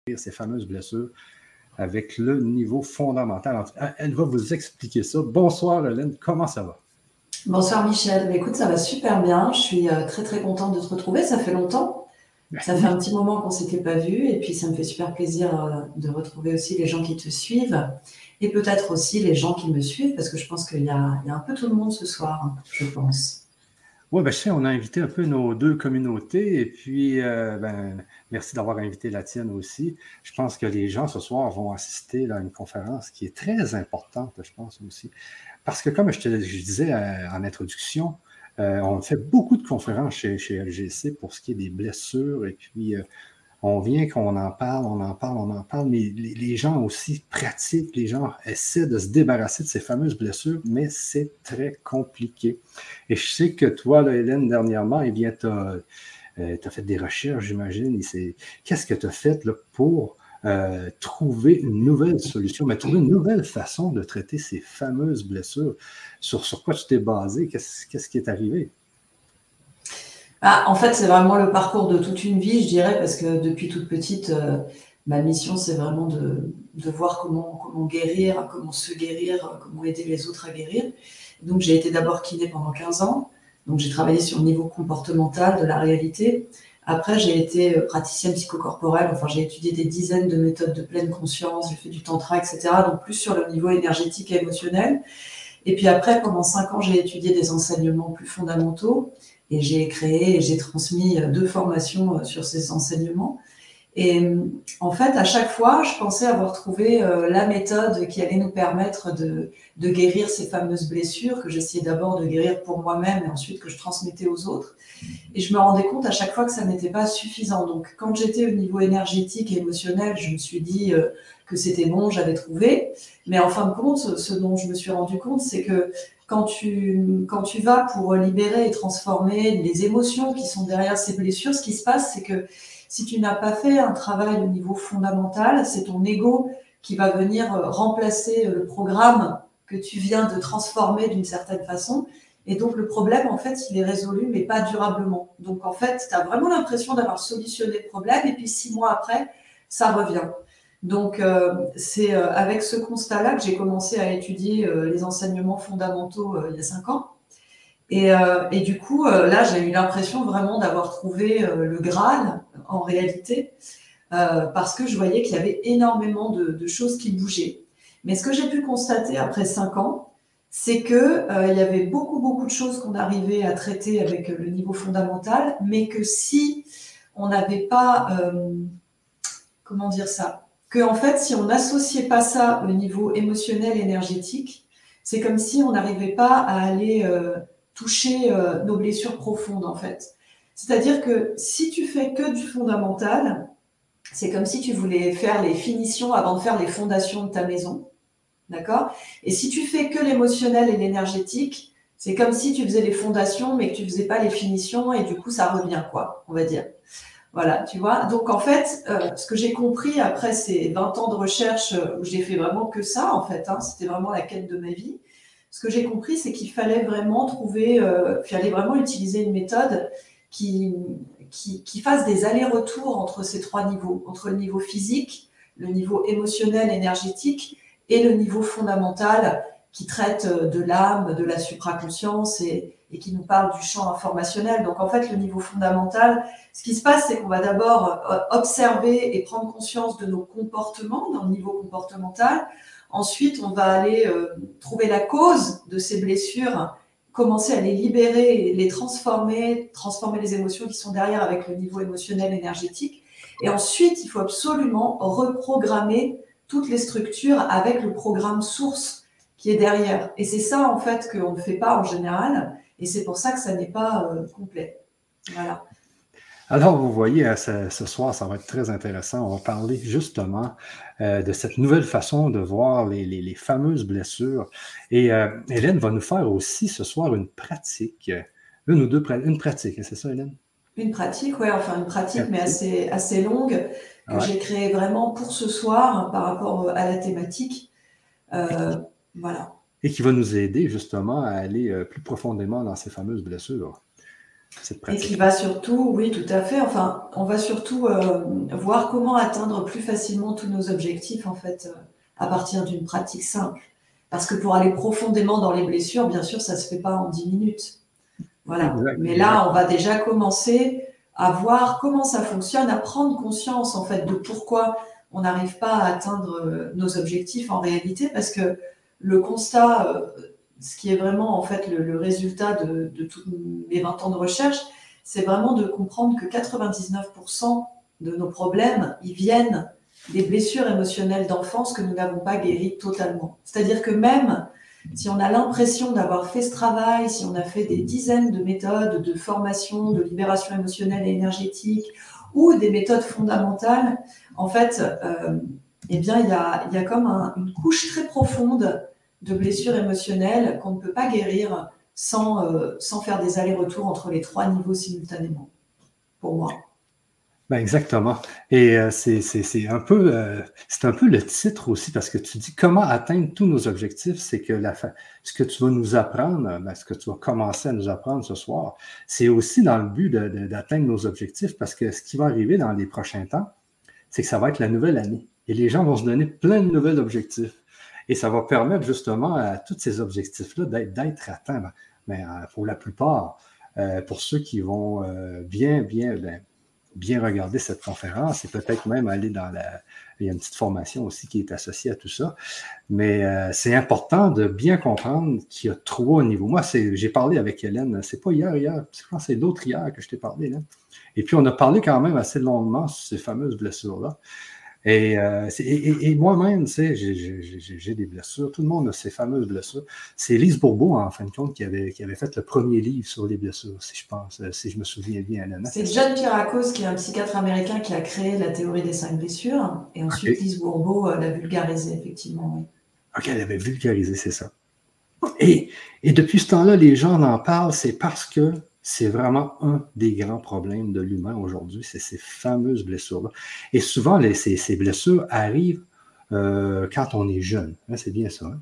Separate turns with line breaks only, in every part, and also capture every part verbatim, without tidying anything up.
ces fameuses blessures avec le niveau fondamental. Alors, elle va vous expliquer ça. Bonsoir, Hélène. Comment ça va?
Bonsoir, Michel. Écoute, ça va super bien. Je suis très, très contente de te retrouver. Ça fait longtemps. Ça fait un petit moment qu'on ne s'était pas vu. Et puis, ça me fait super plaisir de retrouver aussi les gens qui te suivent. Et peut-être aussi les gens qui me suivent, parce que je pense qu'il y a, il y a un peu tout le monde ce soir, je pense.
Oui, ben, je sais, on a invité un peu nos deux communautés. Et puis, euh, ben, merci d'avoir invité la tienne aussi. Je pense que les gens ce soir vont assister là, à une conférence qui est très importante, je pense aussi. Parce que comme je te je disais euh, en introduction, euh, on fait beaucoup de conférences chez, chez L G C pour ce qui est des blessures. Et puis, euh, on vient qu'on en parle, on en parle, on en parle, mais les, les gens aussi pratiquent, les gens essaient de se débarrasser de ces fameuses blessures, mais c'est très compliqué. Et je sais que toi, là, Hélène, dernièrement, eh bien, tu as euh, fait des recherches, j'imagine. Qu'est-ce que tu as fait là, pour euh, trouver une nouvelle solution, mais trouver une nouvelle façon de traiter ces fameuses blessures? Sur, sur quoi tu t'es basé? Qu'est-ce qu'est-ce qui est arrivé?
Ah, en fait, c'est vraiment le parcours de toute une vie, je dirais, parce que depuis toute petite, euh, ma mission, c'est vraiment de, de voir comment, comment guérir, comment se guérir, comment aider les autres à guérir. Donc, j'ai été d'abord kiné pendant quinze ans. Donc, j'ai travaillé sur le niveau comportemental de la réalité. Après, j'ai été praticienne psychocorporelle. Enfin, j'ai étudié des dizaines de méthodes de pleine conscience. J'ai fait du tantra, et cetera. Donc, plus sur le niveau énergétique et émotionnel. Et puis après, pendant cinq ans, j'ai étudié des enseignements plus fondamentaux. Et j'ai créé et j'ai transmis deux formations sur ces enseignements. Et en fait, à chaque fois, je pensais avoir trouvé la méthode qui allait nous permettre de, de guérir ces fameuses blessures que j'essayais d'abord de guérir pour moi-même et ensuite que je transmettais aux autres. Et je me rendais compte à chaque fois que ça n'était pas suffisant. Donc, quand j'étais au niveau énergétique et émotionnel, je me suis dit que c'était bon, j'avais trouvé. Mais en fin de compte, ce dont je me suis rendu compte, c'est que quand tu, quand tu vas pour libérer et transformer les émotions qui sont derrière ces blessures, ce qui se passe, c'est que si tu n'as pas fait un travail au niveau fondamental, c'est ton ego qui va venir remplacer le programme que tu viens de transformer d'une certaine façon. Et donc, le problème, en fait, il est résolu, mais pas durablement. Donc, en fait, tu as vraiment l'impression d'avoir solutionné le problème et puis six mois après, ça revient. Donc, euh, c'est euh, avec ce constat-là que j'ai commencé à étudier euh, les enseignements fondamentaux euh, il y a cinq ans. Et, euh, et du coup, euh, là, j'ai eu l'impression vraiment d'avoir trouvé euh, le Graal, en réalité, euh, parce que je voyais qu'il y avait énormément de, de choses qui bougeaient. Mais ce que j'ai pu constater après cinq ans, c'est qu'il euh, y avait beaucoup, beaucoup de choses qu'on arrivait à traiter avec le niveau fondamental, mais que si on n'avait pas... Euh, comment dire ça ? Que en fait, si on n'associait pas ça au niveau émotionnel, énergétique, c'est comme si on n'arrivait pas à aller euh, toucher euh, nos blessures profondes, en fait. C'est-à-dire que si tu fais que du fondamental, c'est comme si tu voulais faire les finitions avant de faire les fondations de ta maison, d'accord ? Et si tu fais que l'émotionnel et l'énergétique, c'est comme si tu faisais les fondations, mais que tu faisais pas les finitions, et du coup, ça revient, quoi, on va dire. Voilà, tu vois. Donc, en fait, euh, ce que j'ai compris après ces vingt ans de recherche où j'ai fait vraiment que ça, en fait, hein, c'était vraiment la quête de ma vie. Ce que j'ai compris, c'est qu'il fallait vraiment trouver, euh, il fallait vraiment utiliser une méthode qui, qui, qui fasse des allers-retours entre ces trois niveaux, entre le niveau physique, le niveau émotionnel, énergétique et le niveau fondamental qui traite de l'âme, de la supraconscience et, et qui nous parle du champ informationnel. Donc, en fait, le niveau fondamental, ce qui se passe, c'est qu'on va d'abord observer et prendre conscience de nos comportements dans le niveau comportemental. Ensuite, on va aller euh, trouver la cause de ces blessures, commencer à les libérer, les transformer, transformer les émotions qui sont derrière avec le niveau émotionnel, énergétique. Et ensuite, il faut absolument reprogrammer toutes les structures avec le programme source qui est derrière. Et c'est ça, en fait, qu'on ne fait pas en général. Et c'est pour ça que ça n'est pas euh, complet. Voilà.
Alors, vous voyez, ce, ce soir, ça va être très intéressant. On va parler justement euh, de cette nouvelle façon de voir les, les, les fameuses blessures. Et euh, Hélène va nous faire aussi ce soir une pratique. Une ou deux, une pratique, c'est ça, Hélène?
Une pratique, oui, enfin une pratique, pratique. mais assez, assez longue, que ouais. j'ai créée vraiment pour ce soir par rapport à la thématique. Euh,
et,
voilà.
Et qui va nous aider justement à aller plus profondément dans ces fameuses blessures. cette
Et qui
pratique.
va surtout, oui, tout à fait. Enfin, on va surtout euh, voir comment atteindre plus facilement tous nos objectifs, en fait, euh, à partir d'une pratique simple. Parce que pour aller profondément dans les blessures, bien sûr, ça se fait pas en dix minutes. Voilà.
Exact,
Mais
exact.
là, on va déjà commencer à voir comment ça fonctionne, à prendre conscience, en fait, de pourquoi on n'arrive pas à atteindre euh, nos objectifs en réalité, parce que le constat, euh, ce qui est vraiment, en fait, le, le résultat de, de tous mes vingt ans de recherche, c'est vraiment de comprendre que quatre-vingt-dix-neuf pour cent de nos problèmes, ils viennent des blessures émotionnelles d'enfance que nous n'avons pas guéries totalement. C'est-à-dire que même si on a l'impression d'avoir fait ce travail, si on a fait des dizaines de méthodes de formation, de libération émotionnelle et énergétique, ou des méthodes fondamentales, en fait, euh, eh bien, il y a, il y a comme un, une couche très profonde de blessures émotionnelles qu'on ne peut pas guérir sans, euh, sans faire des allers-retours entre les trois niveaux simultanément, pour moi.
Ben exactement. Et euh, c'est c'est- c'est un peu, euh, c'est un peu le titre aussi, parce que tu dis comment atteindre tous nos objectifs, c'est que la fa- ce que tu vas nous apprendre, ben, ce que tu vas commencer à nous apprendre ce soir, c'est aussi dans le but de- de- d'atteindre nos objectifs, parce que ce qui va arriver dans les prochains temps, c'est que ça va être la nouvelle année. Et les gens vont se donner plein de nouveaux objectifs. Et ça va permettre justement à tous ces objectifs-là d'être d'être atteints. Ben, mais euh, pour la plupart, euh, pour ceux qui vont euh, bien, bien, ben, bien regarder cette conférence et peut-être même aller dans la... Il y a une petite formation aussi qui est associée à tout ça. Mais euh, c'est important de bien comprendre qu'il y a trois niveaux. Moi, c'est, j'ai parlé avec Hélène, c'est pas hier, hier, je pense que c'est l'autre hier que je t'ai parlé, là. Et puis, on a parlé quand même assez longuement sur ces fameuses blessures-là. Et, euh, c'est- et, et- et moi-même, tu sais, j'ai, j'ai- j'ai- j'ai des blessures. Tout le monde a ces fameuses blessures. C'est Lise Bourbeau, en fin de compte, qui avait, qui avait fait le premier livre sur les blessures, si je pense, euh, si je me souviens bien, Hélène.
C'est John Pierrakos, qui est un psychiatre américain qui a créé la théorie des cinq blessures. Et ensuite,
OK.
Lise Bourbeau euh, l'a vulgarisé, effectivement. Oui.
OK, elle avait vulgarisé, c'est ça. Et, et depuis ce temps-là, les gens en parlent, c'est parce que c'est vraiment un des grands problèmes de l'humain aujourd'hui, c'est ces fameuses blessures-là. Et souvent, les, ces, ces blessures arrivent euh, quand on est jeune. Hein, c'est bien ça. Hein?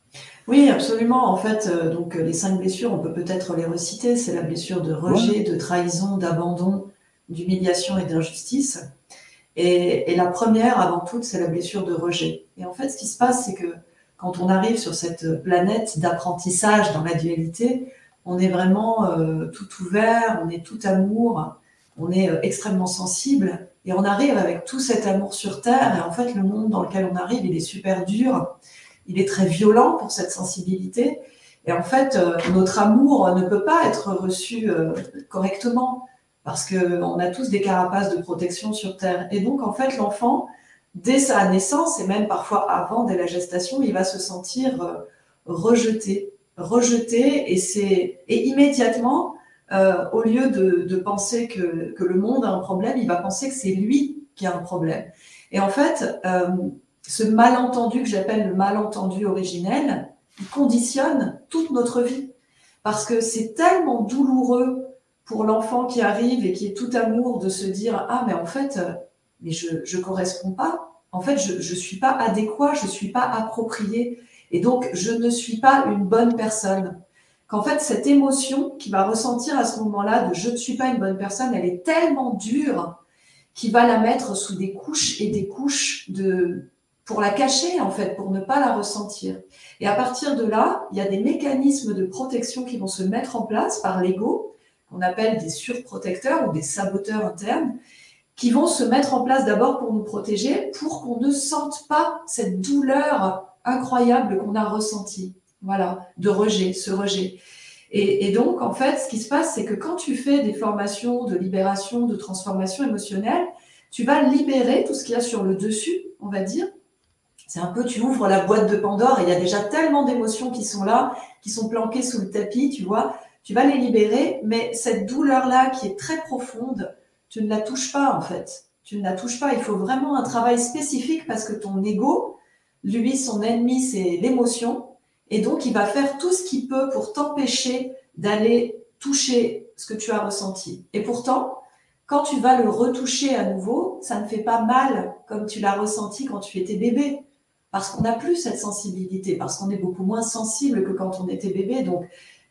Oui, absolument. En fait, euh, donc les cinq blessures, on peut peut-être les reciter. C'est la blessure de
Ouais.
rejet, de trahison, d'abandon, d'humiliation et d'injustice. Et, et la première, avant toute, c'est la blessure de rejet. Et en fait, ce qui se passe, c'est que quand on arrive sur cette planète d'apprentissage dans la dualité, on est vraiment euh, tout ouvert, on est tout amour, on est euh, extrêmement sensible, et on arrive avec tout cet amour sur Terre. Et en fait, le monde dans lequel on arrive, il est super dur, il est très violent pour cette sensibilité. Et en fait, euh, notre amour ne peut pas être reçu euh, correctement, parce qu'on a tous des carapaces de protection sur Terre. Et donc, en fait, l'enfant, dès sa naissance, et même parfois avant, dès la gestation, il va se sentir euh, rejeté. Rejeté, et, c'est, et immédiatement, euh, au lieu de, de penser que, que le monde a un problème, il va penser que c'est lui qui a un problème. Et en fait, euh, ce malentendu que j'appelle le malentendu originel, il conditionne toute notre vie. Parce que c'est tellement douloureux pour l'enfant qui arrive et qui est tout amour de se dire « Ah, mais en fait, mais je ne corresponds pas. En fait, je ne suis pas adéquat, je ne suis pas approprié. Et donc, je ne suis pas une bonne personne. » Qu'en fait, cette émotion qu'il va ressentir à ce moment-là de « je ne suis pas une bonne personne », elle est tellement dure qu'il va la mettre sous des couches et des couches de... pour la cacher, en fait, pour ne pas la ressentir. Et à partir de là, il y a des mécanismes de protection qui vont se mettre en place par l'ego, qu'on appelle des surprotecteurs ou des saboteurs internes, qui vont se mettre en place d'abord pour nous protéger, pour qu'on ne sente pas cette douleur incroyable qu'on a ressentie. Voilà, de rejet, ce rejet. Et, et donc, en fait, ce qui se passe, c'est que quand tu fais des formations de libération, de transformation émotionnelle, tu vas libérer tout ce qu'il y a sur le dessus, on va dire. C'est un peu, tu ouvres la boîte de Pandore et il y a déjà tellement d'émotions qui sont là, qui sont planquées sous le tapis, tu vois. Tu vas les libérer, mais cette douleur-là qui est très profonde, tu ne la touches pas, en fait. Tu ne la touches pas. Il faut vraiment un travail spécifique parce que ton ego, lui, son ennemi, c'est l'émotion. Et donc, il va faire tout ce qu'il peut pour t'empêcher d'aller toucher ce que tu as ressenti. Et pourtant, quand tu vas le retoucher à nouveau, ça ne fait pas mal comme tu l'as ressenti quand tu étais bébé. Parce qu'on n'a plus cette sensibilité, parce qu'on est beaucoup moins sensible que quand on était bébé. Donc,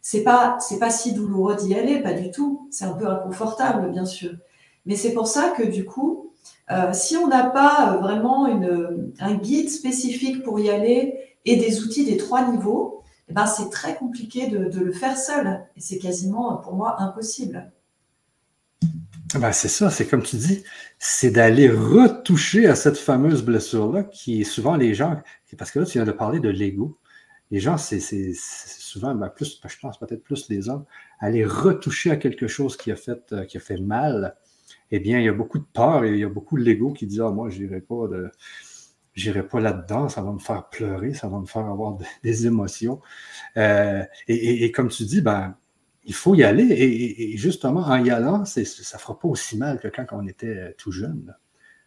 c'est pas, c'est pas si douloureux d'y aller, pas du tout. C'est un peu inconfortable, bien sûr. Mais c'est pour ça que du coup, euh, si on n'a pas vraiment une, un guide spécifique pour y aller et des outils des trois niveaux, eh ben c'est très compliqué de, de le faire seul. Et c'est quasiment, pour moi, impossible.
Ben, c'est ça, c'est comme tu dis, c'est d'aller retoucher à cette fameuse blessure-là qui est souvent les gens, parce que là, tu viens de parler de l'ego. Les gens, c'est c'est- c'est souvent, ben, plus, je pense peut-être plus les hommes, aller retoucher à quelque chose qui a fait, euh, qui a fait mal. Eh bien, il y a beaucoup de peur et il y a beaucoup de l'ego qui dit, ah, moi, je n'irai pas de, j'irai pas là-dedans, ça va me faire pleurer, ça va me faire avoir de- des émotions. Euh, et, et- et comme tu dis, ben, il faut y aller. Et, et- et justement, en y allant, c'est, ça ne fera pas aussi mal que quand on était tout jeune, là.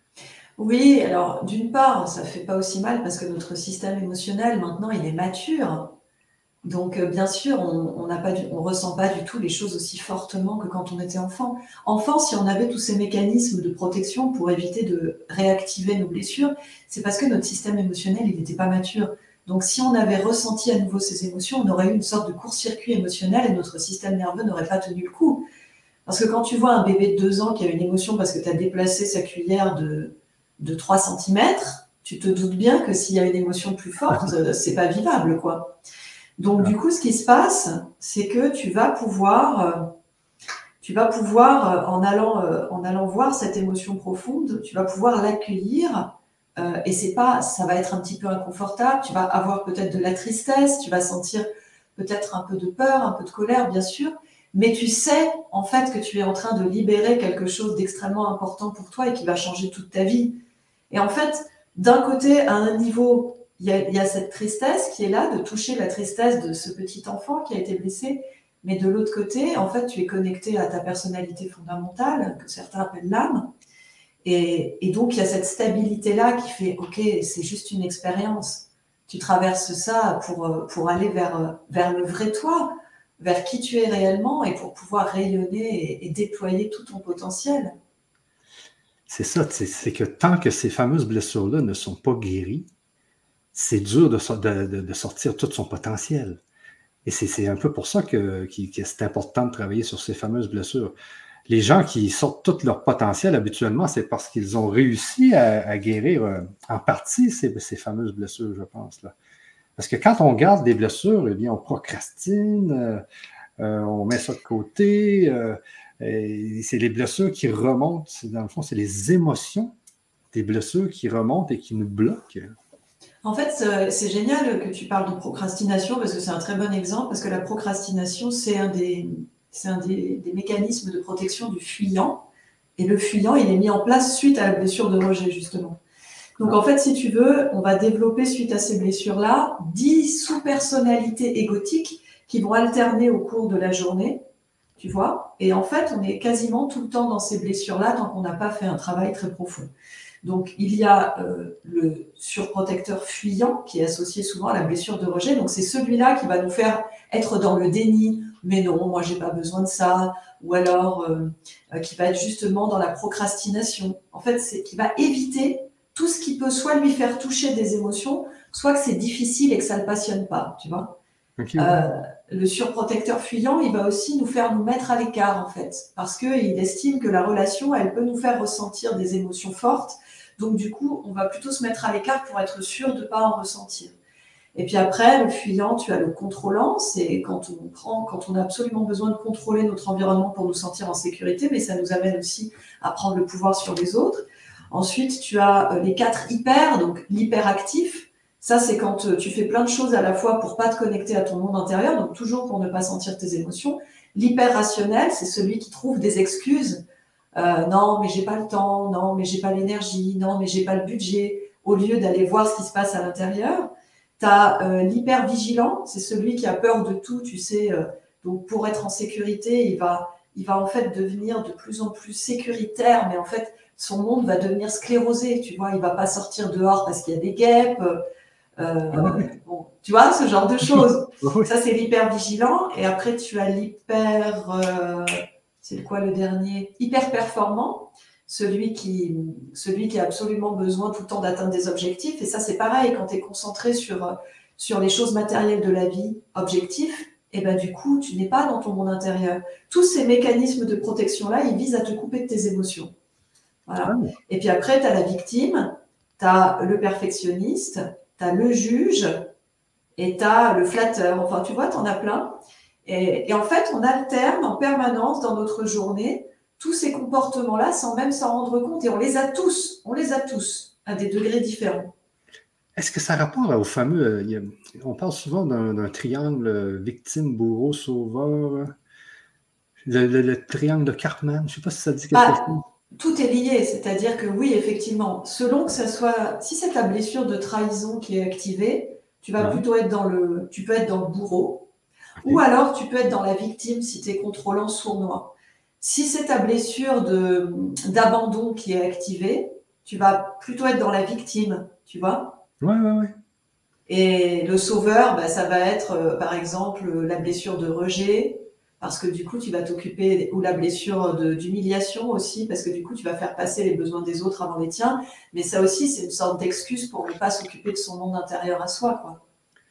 Oui, alors d'une part, ça fait pas aussi mal parce que notre système émotionnel, maintenant, il est mature. Donc, euh, bien sûr, on on n'a pas du- on ressent pas du tout les choses aussi fortement que quand on était enfant. Enfant, si on avait tous ces mécanismes de protection pour éviter de réactiver nos blessures, c'est parce que notre système émotionnel, il n'était pas mature. Donc, si on avait ressenti à nouveau ces émotions, on aurait eu une sorte de court-circuit émotionnel et notre système nerveux n'aurait pas tenu le coup. Parce que quand tu vois un bébé de deux ans qui a une émotion parce que tu as déplacé sa cuillère de, de trois centimètres, tu te doutes bien que s'il y a une émotion plus forte, euh, c'est pas vivable, quoi. Donc, du coup, ce qui se passe, c'est que tu vas pouvoir, euh, tu vas pouvoir, euh, en allant, euh, en allant voir cette émotion profonde, tu vas pouvoir l'accueillir. Euh, et c'est pas, ça va être un petit peu inconfortable. Tu vas avoir peut-être de la tristesse, tu vas sentir peut-être un peu de peur, un peu de colère, bien sûr. Mais tu sais, en fait, que tu es en train de libérer quelque chose d'extrêmement important pour toi et qui va changer toute ta vie. Et en fait, d'un côté, à un niveau, il y, a, il y a cette tristesse qui est là, de toucher la tristesse de ce petit enfant qui a été blessé. Mais de l'autre côté, en fait, tu es connecté à ta personnalité fondamentale, que certains appellent l'âme. Et, et donc, il y a cette stabilité-là qui fait, OK, c'est juste une expérience. Tu traverses ça pour, pour aller vers, vers le vrai toi, vers qui tu es réellement et pour pouvoir rayonner et, et déployer tout ton potentiel.
C'est ça, c'est c'est que tant que ces fameuses blessures-là ne sont pas guéries, c'est dur de, so- de- de- de sortir tout son potentiel. Et c'est c'est un peu pour ça que, qui- que c'est important de travailler sur ces fameuses blessures. Les gens qui sortent tout leur potentiel habituellement, c'est parce qu'ils ont réussi à, à guérir euh, en partie ces, ces fameuses blessures, je pense, là. Parce que quand on garde des blessures, eh bien, on procrastine, euh, euh, on met ça de côté. Euh, et c'est les blessures qui remontent. C'est, dans le fond, c'est les émotions des blessures qui remontent et qui nous bloquent.
En fait, c'est c'est génial que tu parles de procrastination parce que c'est un très bon exemple, parce que la procrastination, c'est un des, c'est un des, des mécanismes de protection du fuyant. Et le fuyant, il est mis en place suite à la blessure de rejet, justement. Donc, en fait, si tu veux, on va développer suite à ces blessures-là dix sous-personnalités égotiques qui vont alterner au cours de la journée, tu vois. Et en fait, on est quasiment tout le temps dans ces blessures-là tant qu'on n'a pas fait un travail très profond. Donc, il y a euh, le surprotecteur fuyant qui est associé souvent à la blessure de rejet. Donc, c'est celui-là qui va nous faire être dans le déni. Mais non, moi, j'ai pas besoin de ça. Ou alors, euh, euh, qui va être justement dans la procrastination. En fait, c'est qui va éviter tout ce qui peut soit lui faire toucher des émotions, soit que c'est difficile et que ça ne le passionne pas, tu vois.
Okay, ouais.
Euh, le surprotecteur fuyant, il va aussi nous faire nous mettre à l'écart, en fait, parce qu'il estime que la relation, elle peut nous faire ressentir des émotions fortes. Donc, du coup, on va plutôt se mettre à l'écart pour être sûr de ne pas en ressentir. Et puis après, le fuyant, tu as le contrôlant, c'est quand on prend, quand on a absolument besoin de contrôler notre environnement pour nous sentir en sécurité, mais ça nous amène aussi à prendre le pouvoir sur les autres. Ensuite, tu as les quatre hyper, donc l'hyperactif. Ça, c'est quand tu fais plein de choses à la fois pour pas te connecter à ton monde intérieur, donc toujours pour ne pas sentir tes émotions. L'hyper rationnel, c'est celui qui trouve des excuses. Euh, non, mais j'ai pas le temps. Non, mais j'ai pas l'énergie. Non, mais j'ai pas le budget. Au lieu d'aller voir ce qui se passe à l'intérieur. Tu as euh, l'hyper vigilant, c'est celui qui a peur de tout, tu sais. Euh, donc pour être en sécurité, il va, il va en fait devenir de plus en plus sécuritaire, mais en fait son monde va devenir sclérosé, tu vois. Il va pas sortir dehors parce qu'il y a des guêpes. Euh, bon, tu vois, ce genre de choses.
Oui.
Ça, c'est l'hyper vigilant. Et après, tu as l'hyper... Euh, c'est quoi le dernier? Hyper performant. Celui qui, celui qui a absolument besoin tout le temps d'atteindre des objectifs. Et ça, c'est pareil, quand tu es concentré sur, sur les choses matérielles de la vie, objectif, et ben du coup, tu n'es pas dans ton monde intérieur. Tous ces mécanismes de protection-là, ils visent à te couper de tes émotions. Voilà.
Ah,
Et puis après, tu as la victime, tu as le perfectionniste, tu as le juge et tu as le flatteur. Enfin, tu vois, tu en as plein. Et, et en fait, on alterne en permanence dans notre journée tous ces comportements-là sans même s'en rendre compte. Et on les a tous, on les a tous à des degrés différents.
est-ce que ça a rapport au fameux... euh, il y a- on parle souvent d'un d'un triangle euh, victime, bourreau, sauveur, le, le- le triangle de Karpman. Je ne sais pas si ça dit quelque
Bah,
chose.
tout est lié, c'est-à-dire que oui, effectivement, selon que ça soit, si c'est ta blessure de trahison qui est activée, tu vas
Ouais,
plutôt être dans le, tu peux être dans le bourreau, ou
OK.
alors tu peux être dans la victime si tu es contrôlant, sournois. Si c'est ta blessure de, d'abandon qui est activée, tu vas plutôt être dans la victime, tu vois.
Ouais, ouais, ouais.
Et le sauveur, bah, ça va être, euh, par exemple, la blessure de rejet, parce que du coup, tu vas t'occuper, ou la blessure de- d'humiliation aussi, parce que du coup, tu vas faire passer les besoins des autres avant les tiens. Mais ça aussi, c'est une sorte d'excuse pour ne pas s'occuper de son monde intérieur à soi, quoi.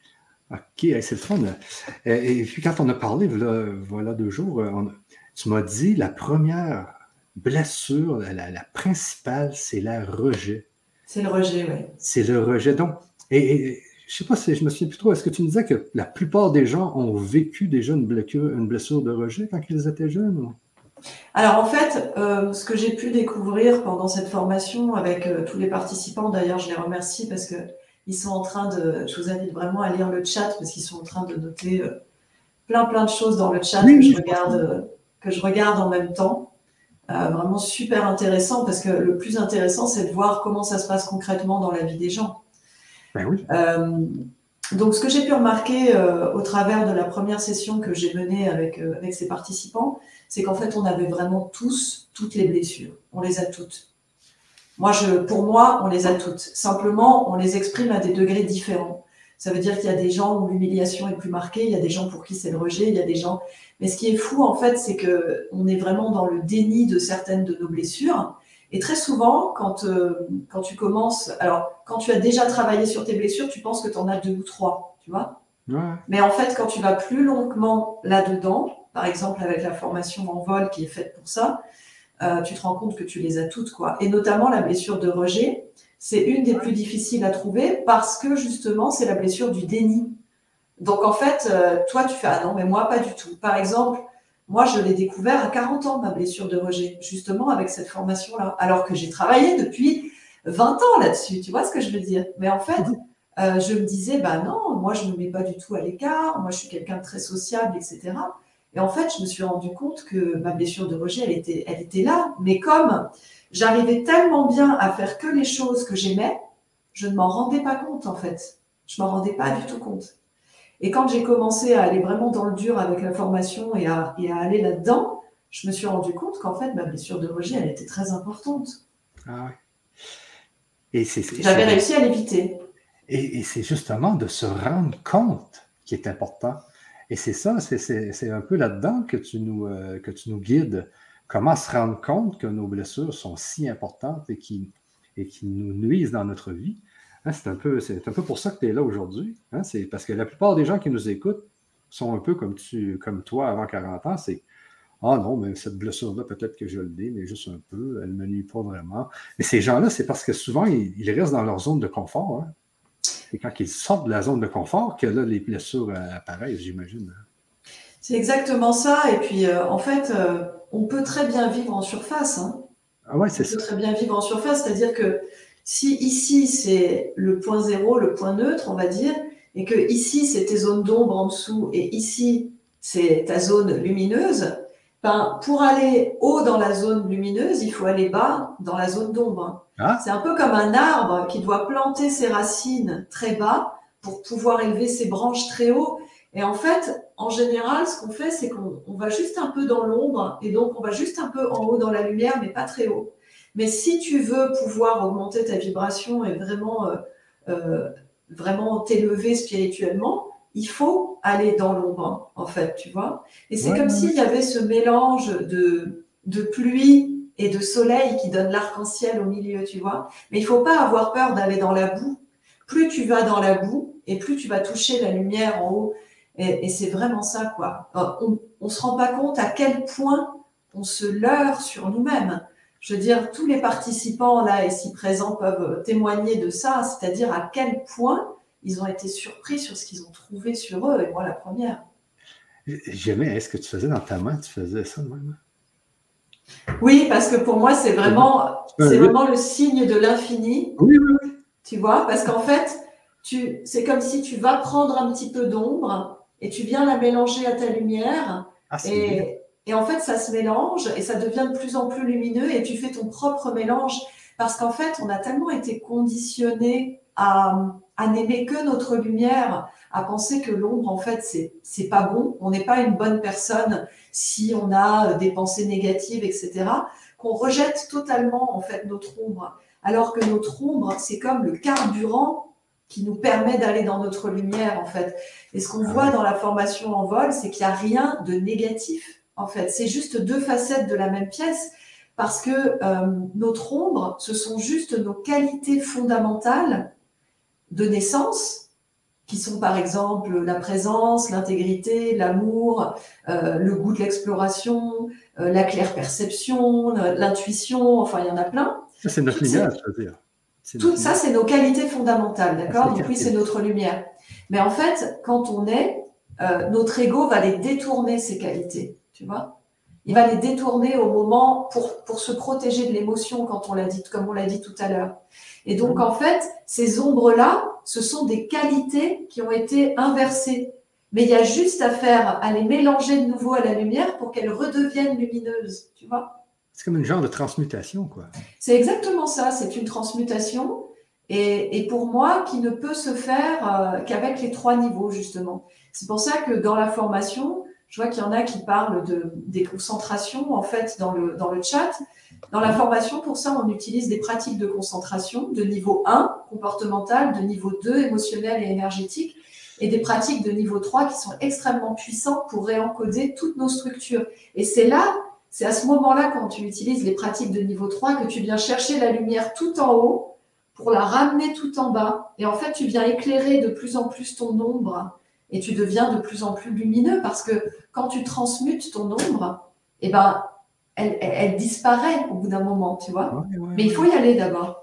OK, hey, c'est le fun. Et, et puis quand on a parlé, voilà, voilà deux jours, euh, on- tu m'as dit la première blessure, la, la- la principale, c'est le rejet.
C'est le rejet, oui.
C'est le rejet. Donc, et, et je sais pas si je me souviens plus trop, est-ce que tu me disais que la plupart des gens ont vécu déjà une blessure, une blessure de rejet quand ils étaient jeunes? Ou...
Alors en fait, euh, ce que j'ai pu découvrir pendant cette formation avec euh, tous les participants, d'ailleurs je les remercie parce que ils sont en train de, je vous invite vraiment à lire le chat parce qu'ils sont en train de noter euh, plein plein de choses dans le chat
Oui,
que je
oui, je pense
regarde, euh, que je regarde en même temps. Euh, vraiment super intéressant parce que le plus intéressant c'est de voir comment ça se passe concrètement dans la vie des gens.
ben oui.
Euh, donc, ce que j'ai pu remarquer euh, au travers de la première session que j'ai menée avec, euh, avec ces participants, c'est qu'en fait, on avait vraiment tous, toutes les blessures. On les a toutes. Moi, je, pour moi, on les a toutes. Simplement, on les exprime à des degrés différents. Ça veut dire qu'il y a des gens où l'humiliation est plus marquée, il y a des gens pour qui c'est le rejet, il y a des gens. Mais ce qui est fou, en fait, c'est que on est vraiment dans le déni de certaines de nos blessures. Et très souvent, quand, euh, quand tu commences, alors, quand tu as déjà travaillé sur tes blessures, tu penses que tu en as deux ou trois, tu vois.
Ouais.
Mais en fait, quand tu vas plus longuement là-dedans, par exemple avec la formation en vol qui est faite pour ça, euh, tu te rends compte que tu les as toutes, quoi. Et notamment la blessure de rejet, c'est une des plus difficiles à trouver parce que justement, c'est la blessure du déni. Donc en fait, euh, toi, tu fais ah non, mais moi pas du tout. Par exemple, moi, je l'ai découvert à quarante ans, ma blessure de rejet, justement avec cette formation-là, alors que j'ai travaillé depuis vingt ans là-dessus. Tu vois ce que je veux dire? Mais en fait, euh, je me disais, bah non, moi, je ne me mets pas du tout à l'écart. Moi, je suis quelqu'un de très sociable, et cetera. Et en fait, je me suis rendu compte que ma blessure de rejet, elle était, elle était là. Mais comme j'arrivais tellement bien à faire que les choses que j'aimais, je ne m'en rendais pas compte, en fait. Je m'en rendais pas du tout compte. Et quand j'ai commencé à aller vraiment dans le dur avec la formation et à, et à aller là-dedans, je me suis rendu compte qu'en fait, ma blessure de rejet, elle était très importante.
Ah ouais. Et c'est c'est-
J'avais
c'est-
réussi à l'éviter.
et- et c'est justement de se rendre compte qui est important. Et c'est ça, c'est- c'est c'est un peu là-dedans que tu nous, euh, que tu nous guides. Comment se rendre compte que nos blessures sont si importantes et qui, et qui nous nuisent dans notre vie. Hein, c'est un peu, c'est un peu pour ça que tu es là aujourd'hui. Hein, c'est parce que la plupart des gens qui nous écoutent sont un peu comme, tu, comme toi avant quarante ans. C'est ah non, mais cette blessure-là, peut-être que je l'ai, mais juste un peu, elle ne me nuit pas vraiment. Mais ces gens-là, c'est parce que souvent, ils, ils restent dans leur zone de confort. Hein. C'est quand ils sortent de la zone de confort que là, les blessures euh, apparaissent, j'imagine.
C'est exactement ça. Et puis, euh, en fait, euh, on peut très bien vivre en surface. Hein.
Ah ouais,
On
c'est
peut
ça.
très bien vivre en surface. C'est-à-dire que si ici, c'est le point zéro, le point neutre, on va dire, et que ici, c'est tes zones d'ombre en dessous, et ici, c'est ta zone lumineuse, ben, pour aller haut dans la zone lumineuse, il faut aller bas dans la zone d'ombre. C'est
Ah,
un peu comme un arbre qui doit planter ses racines très bas pour pouvoir élever ses branches très haut. Et en fait, en général, ce qu'on fait, c'est qu'on on va juste un peu dans l'ombre et donc on va juste un peu en haut dans la lumière, mais pas très haut. Mais si tu veux pouvoir augmenter ta vibration et vraiment, euh, euh, vraiment t'élever spirituellement, il faut aller dans l'ombre, en fait, tu vois. Et c'est
ouais,
comme
ouais, ouais.
s'il y avait ce mélange de, de pluie et de soleil qui donne l'arc-en-ciel au milieu, tu vois. Mais il faut pas avoir peur d'aller dans la boue. Plus tu vas dans la boue et plus tu vas toucher la lumière en haut. Et, et c'est vraiment ça, quoi. On ne se rend pas compte à quel point on se leurre sur nous-mêmes. Je veux dire, tous les participants là ici présents peuvent témoigner de ça, c'est-à-dire à quel point ils ont été surpris sur ce qu'ils ont trouvé sur eux, et moi la première.
Jamais, est-ce que tu faisais dans ta main, tu faisais ça de même?
Oui, parce que pour moi, c'est vraiment, c'est vraiment le signe de l'infini.
Oui, oui, oui.
Tu vois, parce qu'en fait, tu, c'est comme si tu vas prendre un petit peu d'ombre et tu viens la mélanger à ta lumière.
Ah,
et, et en fait, ça se mélange et ça devient de plus en plus lumineux et tu fais ton propre mélange. Parce qu'en fait, on a tellement été conditionnés à, à n'aimer que notre lumière, à penser que l'ombre, en fait, c'est, c'est pas bon. On n'est pas une bonne personne si on a des pensées négatives, et cetera, qu'on rejette totalement, en fait, notre ombre. Alors que notre ombre, c'est comme le carburant qui nous permet d'aller dans notre lumière, en fait. Et ce qu'on ah voit ouais. dans la formation en vol, c'est qu'il n'y a rien de négatif, en fait. C'est juste deux facettes de la même pièce. Parce que euh, notre ombre, ce sont juste nos qualités fondamentales de naissance, qui sont par exemple la présence, l'intégrité, l'amour, euh, le goût de l'exploration, euh, la claire perception, l'intuition, enfin il y en a plein.
Ça, c'est notre
Toutes
lumière,
ces...
je veux dire.
Tout ça, c'est nos qualités fondamentales, d'accord? Donc oui,
qualités.
c'est notre lumière. Mais en fait, quand on est, euh, notre ego va les détourner, ces qualités, tu vois? Il va les détourner au moment pour, pour se protéger de l'émotion, quand on l'a dit, comme on l'a dit tout à l'heure. Et donc, en fait, ces ombres-là, ce sont des qualités qui ont été inversées. Mais il y a juste à faire, à les mélanger de nouveau à la lumière pour qu'elles redeviennent lumineuses, tu vois?
C'est comme une genre de transmutation, quoi.
C'est exactement ça, c'est une transmutation. Et, et pour moi, qui ne peut se faire euh, qu'avec les trois niveaux, justement. C'est pour ça que dans la formation, je vois qu'il y en a qui parlent de, des concentrations, en fait, dans le, dans le chat. Dans la formation, pour ça, on utilise des pratiques de concentration de niveau un, comportemental, de niveau deux, émotionnel et énergétique, et des pratiques de niveau trois qui sont extrêmement puissantes pour réencoder toutes nos structures. Et c'est là, c'est à ce moment-là, quand tu utilises les pratiques de niveau trois, que tu viens chercher la lumière tout en haut pour la ramener tout en bas. Et en fait, tu viens éclairer de plus en plus ton ombre. Et tu deviens de plus en plus lumineux parce que quand tu transmutes ton ombre, eh ben, elle, elle, elle disparaît au bout d'un moment, tu vois.
Ouais, ouais,
Mais il faut y aller d'abord.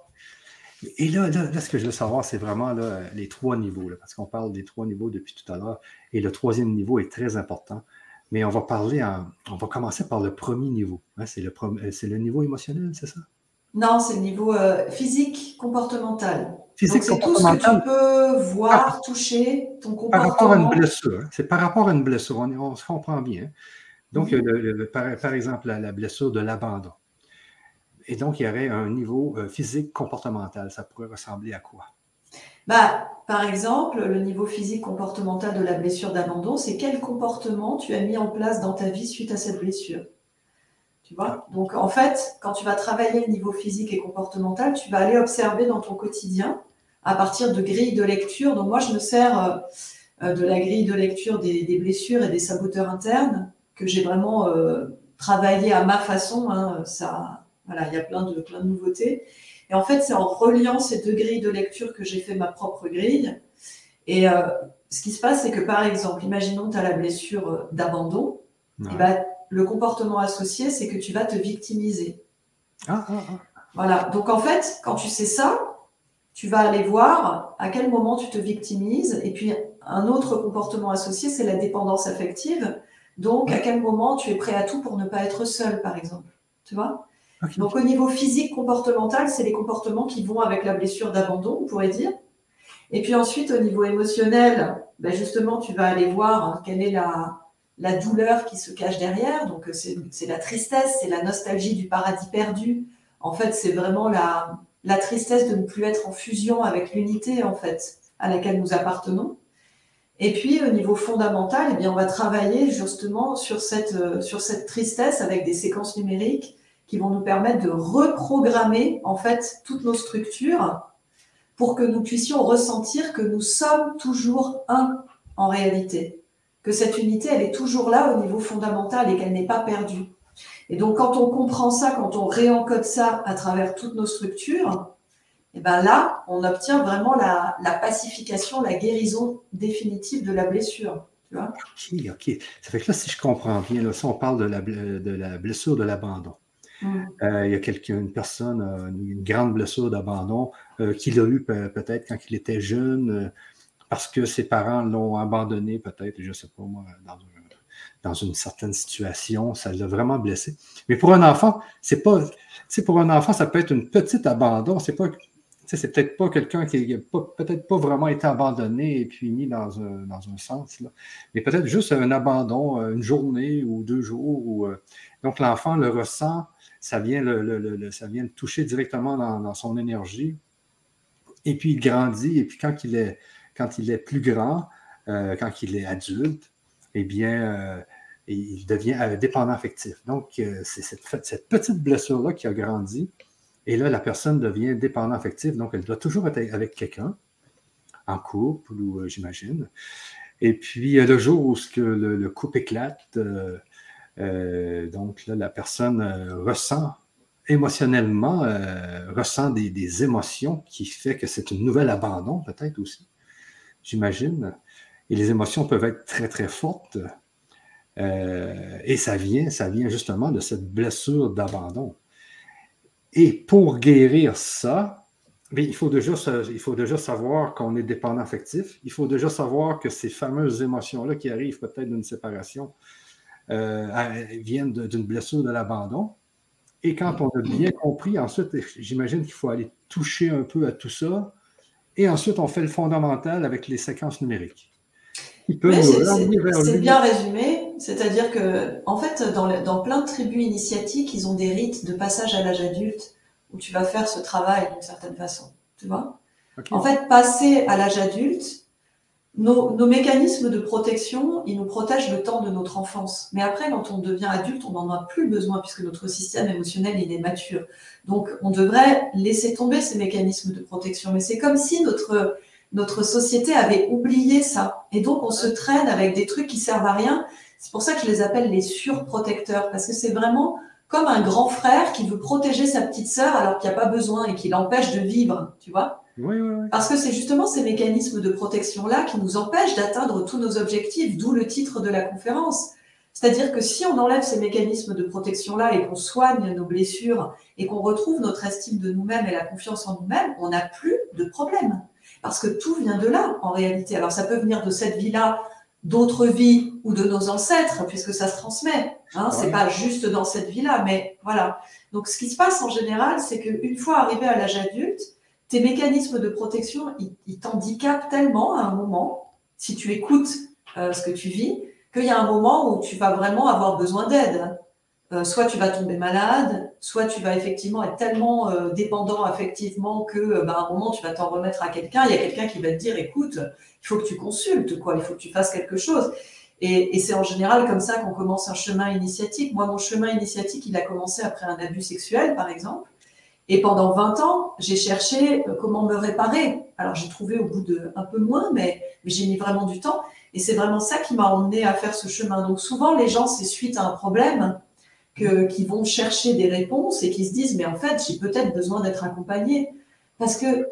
Et là, là, là, ce que je veux savoir, c'est vraiment là, les trois niveaux, là, parce qu'on parle des trois niveaux depuis tout à l'heure, et le troisième niveau est très important. Mais on va parler, en, on va commencer par le premier niveau. Hein, c'est, le, c'est le niveau émotionnel, c'est ça?
Non, c'est le niveau euh, physique, comportemental.
Physique,
donc, c'est tout ce que tu peux voir, par, toucher, ton comportement.
Par rapport à une blessure. Hein? C'est par rapport à une blessure. On, on se comprend bien. Donc, mm-hmm. le, le, par, par exemple, la, la blessure de l'abandon. Et donc, il y avait un niveau euh, physique comportemental. Ça pourrait ressembler à quoi?
Bah, par exemple, le niveau physique comportemental de la blessure d'abandon, c'est quel comportement tu as mis en place dans ta vie suite à cette blessure. Tu vois? Donc, en fait, quand tu vas travailler le niveau physique et comportemental, tu vas aller observer dans ton quotidien à partir de grilles de lecture. Donc, moi, je me sers euh, de la grille de lecture des, des blessures et des saboteurs internes que j'ai vraiment euh, travaillé à ma façon. Hein. Ça, voilà, il y a plein de, plein de nouveautés. Et en fait, c'est en reliant ces deux grilles de lecture que j'ai fait ma propre grille. Et euh, ce qui se passe, c'est que, par exemple, imaginons que tu as la blessure d'abandon. Ouais. Et ben, le comportement associé, c'est que tu vas te victimiser.
Ah, ah, ah.
Voilà. Donc, en fait, quand tu sais ça, tu vas aller voir à quel moment tu te victimises. Et puis, un autre comportement associé, c'est la dépendance affective. Donc, à quel moment tu es prêt à tout pour ne pas être seul, par exemple. Tu vois? Okay. Donc, au niveau physique, comportemental, c'est les comportements qui vont avec la blessure d'abandon, on pourrait dire. Et puis ensuite, au niveau émotionnel, ben justement, tu vas aller voir hein, quelle est la... la douleur qui se cache derrière, donc c'est, c'est la tristesse, c'est la nostalgie du paradis perdu. En fait, c'est vraiment la, la tristesse de ne plus être en fusion avec l'unité, en fait, à laquelle nous appartenons. Et puis, au niveau fondamental, eh bien, on va travailler justement sur cette, sur cette tristesse avec des séquences numériques qui vont nous permettre de reprogrammer, en fait, toutes nos structures pour que nous puissions ressentir que nous sommes toujours un en réalité. Que cette unité, elle est toujours là au niveau fondamental et qu'elle n'est pas perdue. Et donc, quand on comprend ça, quand on réencode ça à travers toutes nos structures, et ben là, on obtient vraiment la, la pacification, la guérison définitive de la blessure. tu vois.
OK, OK. Ça fait que là, si je comprends bien, là, ça, on parle de la, de la blessure de l'abandon. Mm. Euh, il y a quelqu'un, une personne, euh, une grande blessure d'abandon euh, qu'il a eu pe peut-être quand il était jeune, euh, parce que ses parents l'ont abandonné, peut-être, je ne sais pas moi, dans, un, dans une certaine situation, ça l'a vraiment blessé. Mais pour un enfant, c'est pas, c'est pour un enfant, ça peut être une petite abandon, c'est pas, c'est peut-être pas quelqu'un qui n'a peut-être pas vraiment été abandonné et puis mis dans un, dans un sens, là. Mais peut-être juste un abandon, une journée ou deux jours. Où, euh, donc l'enfant le ressent, ça vient le, le, le, ça vient le toucher directement dans, dans son énergie. Et puis il grandit, et puis quand il est, quand il est plus grand, euh, quand il est adulte, eh bien, euh, il devient euh, dépendant affectif. Donc, euh, c'est cette, cette petite blessure-là qui a grandi. Et là, la personne devient dépendant affectif, donc elle doit toujours être avec quelqu'un, en couple, ou euh, j'imagine. Et puis, euh, le jour où ce que le, le couple éclate, euh, euh, donc là, la personne euh, ressent émotionnellement, euh, ressent des, des émotions qui fait que c'est une nouvelle abandon, peut-être aussi, j'imagine. Et les émotions peuvent être très, très fortes. Euh, et ça vient, ça vient justement de cette blessure d'abandon. Et pour guérir ça, bien, il, faut déjà, il faut déjà savoir qu'on est dépendant affectif. Il faut déjà savoir que ces fameuses émotions-là qui arrivent peut-être d'une séparation euh, viennent d'une blessure de l'abandon. Et quand on a bien compris, ensuite, j'imagine qu'il faut aller toucher un peu à tout ça. Et ensuite, on fait le fondamental avec les séquences numériques.
Oui, c'est bien résumé. C'est-à-dire que, en fait, dans, le, dans plein de tribus initiatiques, ils ont des rites de passage à l'âge adulte où tu vas faire ce travail d'une certaine façon. Tu vois? Okay. En fait, passer à l'âge adulte, nos, nos mécanismes de protection, ils nous protègent le temps de notre enfance. Mais après, quand on devient adulte, on n'en a plus besoin puisque notre système émotionnel, il est mature. Donc, on devrait laisser tomber ces mécanismes de protection. Mais c'est comme si notre... Notre société avait oublié ça. Et donc, on se traîne avec des trucs qui servent à rien. C'est pour ça que je les appelle les surprotecteurs. Parce que c'est vraiment comme un grand frère qui veut protéger sa petite sœur alors qu'il n'y a pas besoin et qui l'empêche de vivre, tu vois.
Oui, oui, oui.
Parce que c'est justement ces mécanismes de protection-là qui nous empêchent d'atteindre tous nos objectifs, d'où le titre de la conférence. C'est-à-dire que si on enlève ces mécanismes de protection-là et qu'on soigne nos blessures et qu'on retrouve notre estime de nous-mêmes et la confiance en nous-mêmes, on n'a plus de problème. Parce que tout vient de là, en réalité. Alors, ça peut venir de cette vie-là, d'autres vies ou de nos ancêtres, puisque ça se transmet. Hein, ouais. C'est pas juste dans cette vie-là, mais voilà. Donc, ce qui se passe en général, c'est qu'une fois arrivé à l'âge adulte, tes mécanismes de protection, ils, ils t'handicapent tellement à un moment, si tu écoutes euh, ce que tu vis, qu'il y a un moment où tu vas vraiment avoir besoin d'aide. Euh, soit tu vas tomber malade, soit tu vas effectivement être tellement euh, dépendant affectivement que euh, bah, à un moment tu vas t'en remettre à quelqu'un, il y a quelqu'un qui va te dire écoute, il faut que tu consultes, quoi, il faut que tu fasses quelque chose. Et, et c'est en général comme ça qu'on commence un chemin initiatique. Moi, mon chemin initiatique, il a commencé après un abus sexuel, par exemple. Et pendant vingt ans, j'ai cherché euh, comment me réparer. Alors j'ai trouvé au bout de un peu moins, mais, mais j'ai mis vraiment du temps. Et c'est vraiment ça qui m'a emmené à faire ce chemin. Donc souvent, les gens, c'est suite à un problème Que, qui vont chercher des réponses et qui se disent mais en fait j'ai peut-être besoin d'être accompagnée parce que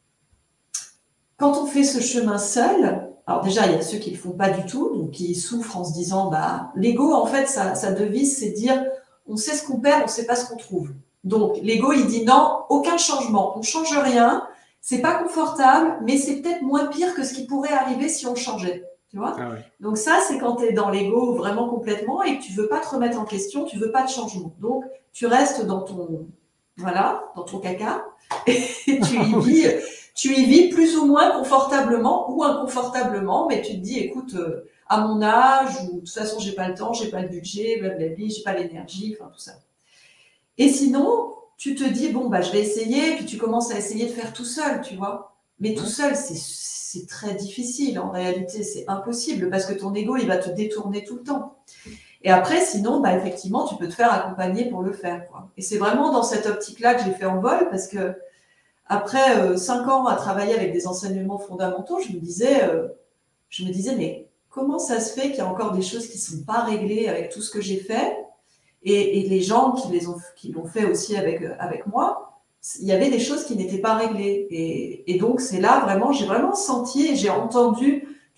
quand on fait ce chemin seul, alors déjà il y a ceux qui le font pas du tout, donc qui souffrent en se disant bah l'ego en fait sa, sa devise c'est de dire on sait ce qu'on perd, on sait pas ce qu'on trouve. Donc l'ego il dit non, aucun changement, on change rien, c'est pas confortable mais c'est peut-être moins pire que ce qui pourrait arriver si on changeait. Tu vois? Ah ouais. Donc ça, c'est quand tu es dans l'ego vraiment complètement et que tu veux pas te remettre en question, tu veux pas de changement. Donc, tu restes dans ton, voilà, dans ton caca et tu y vis, tu y vis plus ou moins confortablement ou inconfortablement, mais tu te dis, écoute, euh, à mon âge, ou de toute façon, j'ai pas le temps, j'ai pas le budget, blablabla, j'ai pas l'énergie, enfin tout ça. Et sinon, tu te dis, bon, bah, je vais essayer, puis tu commences à essayer de faire tout seul, tu vois. Mais tout seul, c'est c'est très difficile. En réalité, c'est impossible parce que ton ego, il va te détourner tout le temps. Et après, sinon, bah, effectivement, tu peux te faire accompagner pour le faire, quoi. Et c'est vraiment dans cette optique-là que j'ai fait en vol parce que après euh, cinq ans à travailler avec des enseignements fondamentaux, je me disais, euh, je me disais, mais comment ça se fait qu'il y a encore des choses qui ne sont pas réglées avec tout ce que j'ai fait et, et les gens qui les ont, qui l'ont fait aussi avec, avec moi, il y avait des choses qui n'étaient pas réglées. Et, et donc, c'est là vraiment, j'ai vraiment senti et j'ai entendu,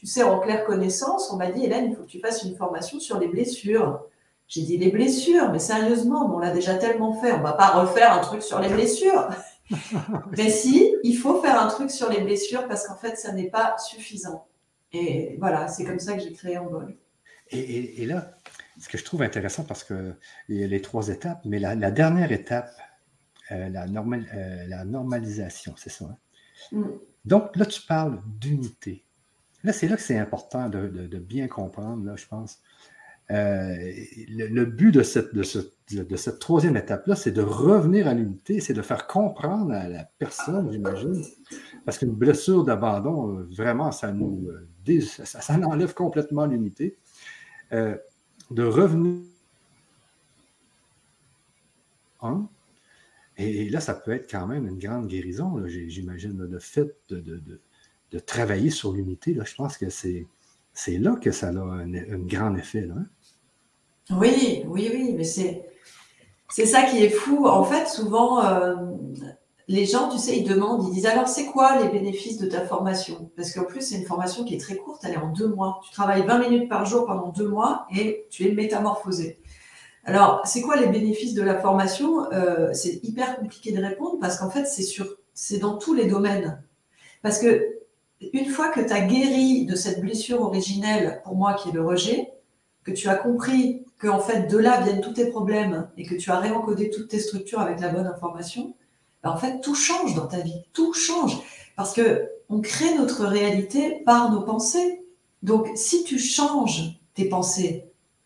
tu sais, en claire connaissance, on m'a dit, Hélène, il faut que tu fasses une formation sur les blessures. J'ai dit, les blessures, mais sérieusement, on l'a déjà tellement fait, on ne va pas refaire un truc sur les blessures. Mais si, il faut faire un truc sur les blessures parce qu'en fait, ça n'est pas suffisant. Et voilà, c'est comme ça que j'ai créé Envol.
Et, et, et là, ce que je trouve intéressant, parce qu'il y a les trois étapes, mais la, la dernière étape, euh, la, normal, euh, la normalisation, c'est ça. Hein? Mm. Donc là, tu parles d'unité. Là, c'est là que c'est important de, de, de bien comprendre, là, je pense. Euh, le, le but de cette, de, ce, de cette troisième étape-là, c'est de revenir à l'unité, c'est de faire comprendre à la personne, j'imagine, parce qu'une blessure d'abandon, vraiment, ça nous ça, ça enlève complètement l'unité, euh, de revenir hein? Et là, ça peut être quand même une grande guérison, là, j'imagine, le fait de, de, de, de travailler sur l'unité, là, je pense que c'est, c'est là que ça a un, un grand effet, là. Hein?
Oui, oui, oui, mais c'est, c'est ça qui est fou. En fait, souvent, euh, les gens, tu sais, ils demandent, ils disent, alors, c'est quoi les bénéfices de ta formation? Parce qu'en plus, c'est une formation qui est très courte, elle est en deux mois. Tu travailles vingt minutes par jour pendant deux mois et tu es métamorphosé. Alors, c'est quoi les bénéfices de la formation? euh, C'est hyper compliqué de répondre parce qu'en fait, c'est sur, c'est dans tous les domaines. Parce que une fois que tu as guéri de cette blessure originelle, pour moi, qui est le rejet, que tu as compris que en fait de là viennent tous tes problèmes et que tu as réencodé toutes tes structures avec la bonne information, ben en fait tout change dans ta vie, tout change parce que on crée notre réalité par nos pensées. Donc si tu changes tes pensées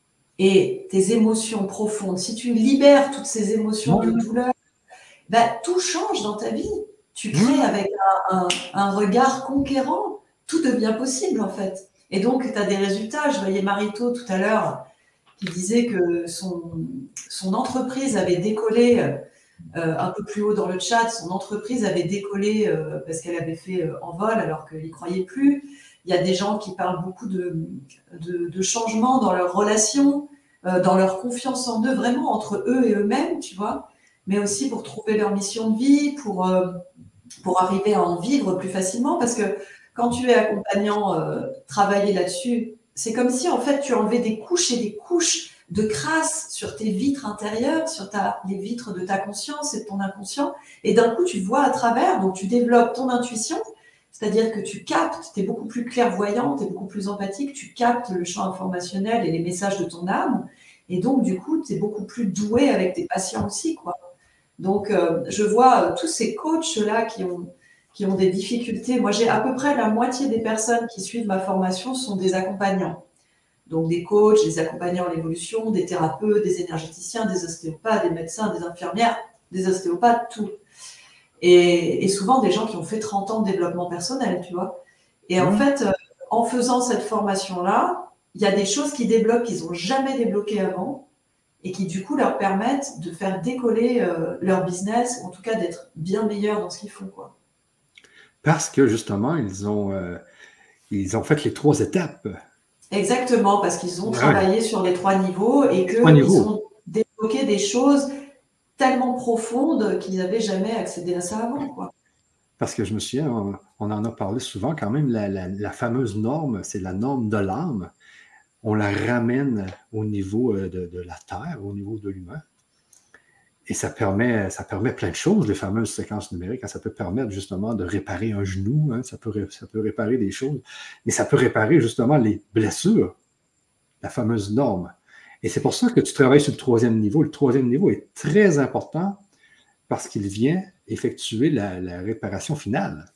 et tes émotions profondes, si tu libères toutes ces émotions de douleur, ben tout change dans ta vie. Tu crées avec un, un, un regard conquérant, tout devient possible en fait. Et donc, tu as des résultats. Je voyais Marito tout à l'heure qui disait que son, son entreprise avait décollé, euh, un peu plus haut dans le chat, son entreprise avait décollé euh, parce qu'elle avait fait euh, Envol alors qu'il n'y croyait plus. Il y a des gens qui parlent beaucoup de, de, de changements dans leurs relations, euh, dans leur confiance en eux, vraiment entre eux et eux-mêmes, tu vois, mais aussi pour trouver leur mission de vie, pour, euh, pour arriver à en vivre plus facilement parce que quand tu es accompagnant, euh, travailler là-dessus, c'est comme si en fait tu enlevais des couches et des couches de crasse sur tes vitres intérieures, sur ta, les vitres de ta conscience et de ton inconscient, et d'un coup tu vois à travers, donc tu développes ton intuition, c'est-à-dire que tu captes, tu es beaucoup plus clairvoyant, tu es beaucoup plus empathique, tu captes le champ informationnel et les messages de ton âme, et donc du coup tu es beaucoup plus doué avec tes patients aussi, quoi. Donc euh, je vois euh, tous ces coachs-là qui ont qui ont des difficultés. Moi, j'ai à peu près la moitié des personnes qui suivent ma formation sont des accompagnants. Donc, des coachs, des accompagnants en évolution, des thérapeutes, des énergéticiens, des ostéopathes, des médecins, des infirmières, des ostéopathes, tout. Et, et souvent, des gens qui ont fait trente ans de développement personnel, tu vois. Et en mmh. fait, euh, en faisant cette formation-là, il y a des choses qui débloquent qu'ils n'ont jamais débloquées avant et qui, du coup, leur permettent de faire décoller euh, leur business, ou en tout cas d'être bien meilleurs dans ce qu'ils font, quoi.
Parce que justement, ils ont, euh, ils ont fait les trois étapes.
Exactement, parce qu'ils ont ouais. travaillé sur les trois niveaux et qu'ils ont débloqué des choses tellement profondes qu'ils n'avaient jamais accédé à ça avant, quoi.
Parce que je me souviens, on, on en a parlé souvent quand même, la, la, la fameuse norme, c'est la norme de l'âme. On la ramène au niveau de, de la Terre, au niveau de l'humain. Et ça permet, ça permet plein de choses, les fameuses séquences numériques. Hein, ça peut permettre justement de réparer un genou, hein, ça, peut, ça peut réparer des choses, mais ça peut réparer justement les blessures, la fameuse norme. Et c'est pour ça que tu travailles sur le troisième niveau. Le troisième niveau est très important parce qu'il vient effectuer la, la réparation finale.